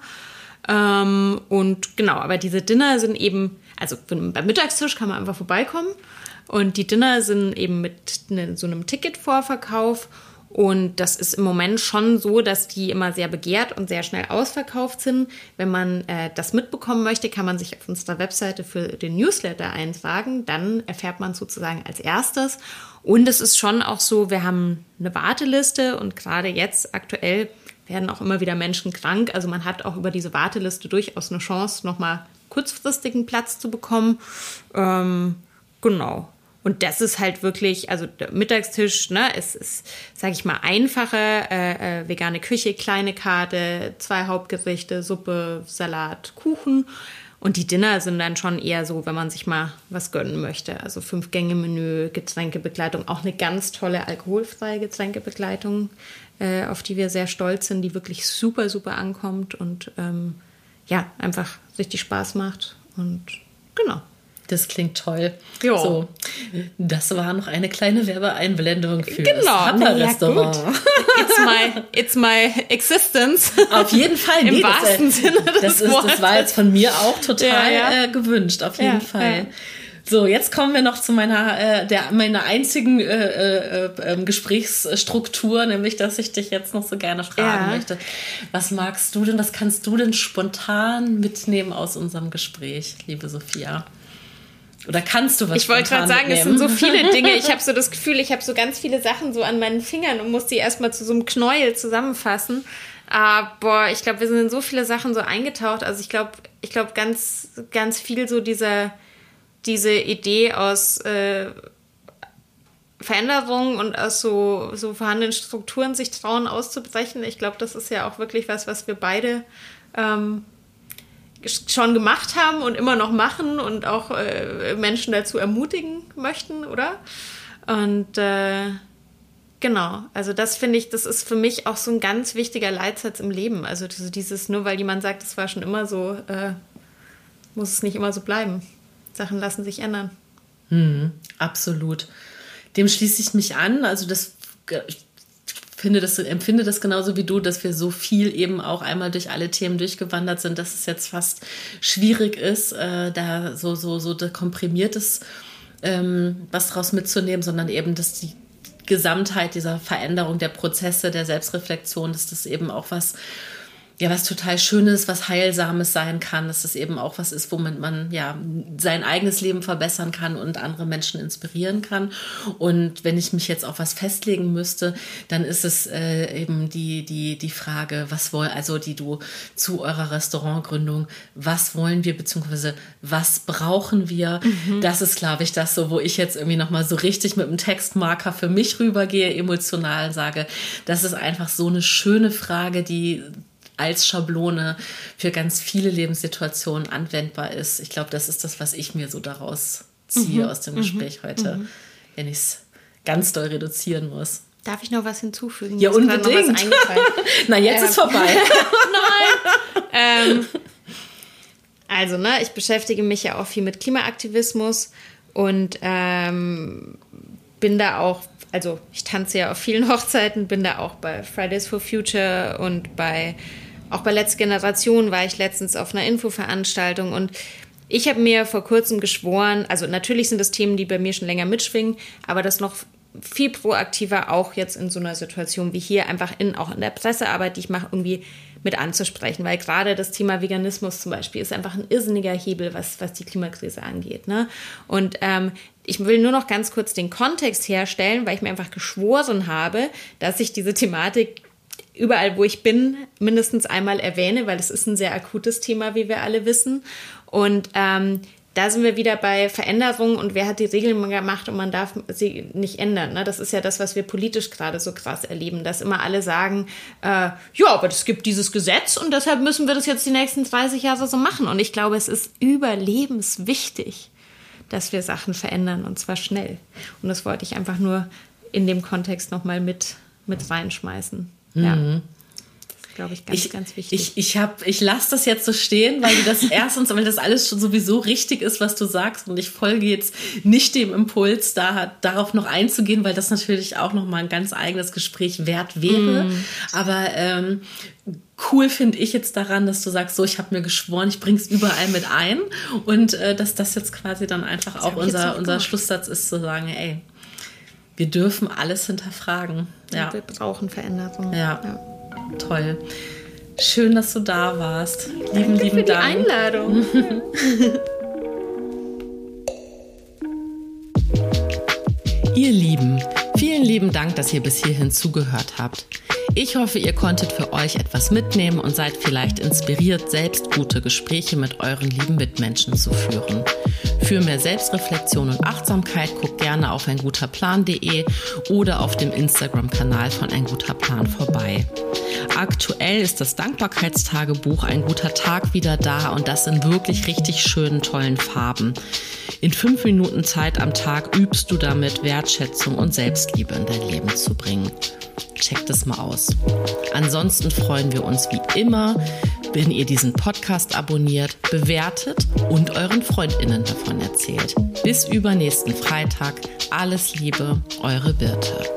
Ähm, und genau, aber diese Dinner sind eben, also beim Mittagstisch kann man einfach vorbeikommen. Und die Dinner sind eben mit ne, so einem Ticketvorverkauf. Und das ist im Moment schon so, dass die immer sehr begehrt und sehr schnell ausverkauft sind. Wenn man äh, das mitbekommen möchte, kann man sich auf unserer Webseite für den Newsletter eintragen. Dann erfährt man sozusagen als erstes. Und es ist schon auch so, wir haben eine Warteliste und gerade jetzt aktuell werden auch immer wieder Menschen krank. Also man hat auch über diese Warteliste durchaus eine Chance, nochmal kurzfristigen Platz zu bekommen. Ähm, genau. Und das ist halt wirklich, also der Mittagstisch, ne, es ist, sage ich mal, einfache äh, äh, vegane Küche, kleine Karte, zwei Hauptgerichte, Suppe, Salat, Kuchen. Und die Dinner sind dann schon eher so, wenn man sich mal was gönnen möchte. Also Fünf-Gänge-Menü, Getränkebegleitung, auch eine ganz tolle alkoholfreie Getränkebegleitung, äh, auf die wir sehr stolz sind, die wirklich super, super ankommt und ähm, ja, einfach richtig Spaß macht. Und genau. Das klingt toll. Jo. So, das war noch eine kleine Werbeeinblendung für genau. das Happa-Restaurant. Ja, it's, my, it's my existence. Auf jeden Fall. Im nee, wahrsten das, Sinne des das, ist, das war jetzt von mir auch total ja, ja. Äh, gewünscht. Auf jeden ja, Fall. Ja. So, jetzt kommen wir noch zu meiner, äh, der, meiner einzigen äh, äh, Gesprächsstruktur, nämlich, dass ich dich jetzt noch so gerne fragen ja. möchte. Was magst du denn, was kannst du denn spontan mitnehmen aus unserem Gespräch, liebe Sophia? Oder kannst du was Ich wollte gerade sagen, mitnehmen? Es sind so viele Dinge. Ich habe so das Gefühl, ich habe so ganz viele Sachen so an meinen Fingern und muss die erstmal zu so einem Knäuel zusammenfassen. Aber ich glaube, wir sind in so viele Sachen so eingetaucht. Also ich glaube, ich glaube ganz, ganz viel so diese, diese Idee aus äh, Veränderung und aus so, so vorhandenen Strukturen sich trauen auszubrechen. Ich glaube, das ist ja auch wirklich was, was wir beide ähm, schon gemacht haben und immer noch machen und auch äh, Menschen dazu ermutigen möchten, oder? Und äh, genau, also das finde ich, das ist für mich auch so ein ganz wichtiger Leitsatz im Leben. Also dieses, nur weil jemand sagt, das war schon immer so, äh, muss es nicht immer so bleiben. Sachen lassen sich ändern. Hm, absolut. dem schließe ich mich an. Also das, ich finde das, empfinde das genauso wie du, dass wir so viel eben auch einmal durch alle Themen durchgewandert sind, dass es jetzt fast schwierig ist, äh, da so, so, so komprimiertes ähm, was draus mitzunehmen, sondern eben, dass die Gesamtheit dieser Veränderung der Prozesse, der Selbstreflexion, dass das eben auch was, ja, was total Schönes, was Heilsames sein kann, dass das eben auch was ist, womit man ja sein eigenes Leben verbessern kann und andere Menschen inspirieren kann. Und wenn ich mich jetzt auf was festlegen müsste, dann ist es äh, eben die, die, die Frage, was wollen, also die du zu eurer Restaurantgründung, was wollen wir, beziehungsweise was brauchen wir? Mhm. Das ist, glaube ich, das so, wo ich jetzt irgendwie nochmal so richtig mit einem Textmarker für mich rübergehe, emotional sage, das ist einfach so eine schöne Frage, die als Schablone für ganz viele Lebenssituationen anwendbar ist. Ich glaube, das ist das, was ich mir so daraus ziehe mhm. aus dem Gespräch mhm. heute, mhm. wenn ich es ganz doll reduzieren muss. Darf ich noch was hinzufügen? Ja, unbedingt. Na, jetzt ähm, ist vorbei. Nein. ähm, also, ne, ich beschäftige mich ja auch viel mit Klimaaktivismus und ähm, bin da auch, also ich tanze ja auf vielen Hochzeiten, bin da auch bei Fridays for Future und bei auch bei Letzte Generation war ich letztens auf einer Infoveranstaltung und ich habe mir vor kurzem geschworen, also natürlich sind das Themen, die bei mir schon länger mitschwingen, aber das noch viel proaktiver auch jetzt in so einer Situation wie hier, einfach in, auch in der Pressearbeit, die ich mache, irgendwie mit anzusprechen, weil gerade das Thema Veganismus zum Beispiel ist einfach ein irrsinniger Hebel, was, was die Klimakrise angeht. Ne? Und ähm, ich will nur noch ganz kurz den Kontext herstellen, weil ich mir einfach geschworen habe, dass ich diese Thematik überall, wo ich bin, mindestens einmal erwähne, weil es ist ein sehr akutes Thema, wie wir alle wissen. Und ähm, da sind wir wieder bei Veränderungen und wer hat die Regeln gemacht und man darf sie nicht ändern. Ne? Das ist ja das, was wir politisch gerade so krass erleben, dass immer alle sagen, äh, ja, aber es gibt dieses Gesetz und deshalb müssen wir das jetzt die nächsten dreißig Jahre so machen. Und ich glaube, es ist überlebenswichtig, dass wir Sachen verändern und zwar schnell. Und das wollte ich einfach nur in dem Kontext nochmal mit, mit reinschmeißen. Ja. Mhm. Glaube ich, ganz, ich, ganz wichtig. Ich, ich, hab, ich lasse das jetzt so stehen, weil du das erstens, weil das alles schon sowieso richtig ist, was du sagst. Und ich folge jetzt nicht dem Impuls, da, darauf noch einzugehen, weil das natürlich auch noch mal ein ganz eigenes Gespräch wert wäre. Mm. Aber ähm, cool finde ich jetzt daran, dass du sagst, so, ich habe mir geschworen, ich bringe es überall mit ein. Und äh, dass das jetzt quasi dann einfach das auch unser, unser Schlusssatz ist, zu sagen, ey, wir dürfen alles hinterfragen. Ja. Wir brauchen Veränderungen. Ja. ja. Toll. Schön, dass du da warst. Lieben, Danke lieben für die Dank. Einladung. Ihr Lieben, vielen lieben Dank, dass ihr bis hierhin zugehört habt. Ich hoffe, ihr konntet für euch etwas mitnehmen und seid vielleicht inspiriert, selbst gute Gespräche mit euren lieben Mitmenschen zu führen. Für mehr Selbstreflexion und Achtsamkeit guckt gerne auf ein guter plan punkt de oder auf dem Instagram-Kanal von Ein guter Plan vorbei. Aktuell ist das Dankbarkeitstagebuch Ein guter Tag wieder da und das in wirklich richtig schönen, tollen Farben. In fünf Minuten Zeit am Tag übst du damit, Wertschätzung und Selbstliebe in dein Leben zu bringen. Checkt es mal aus. Ansonsten freuen wir uns wie immer, wenn ihr diesen Podcast abonniert, bewertet und euren FreundInnen davon erzählt. Bis übernächsten Freitag. Alles Liebe, eure Birte.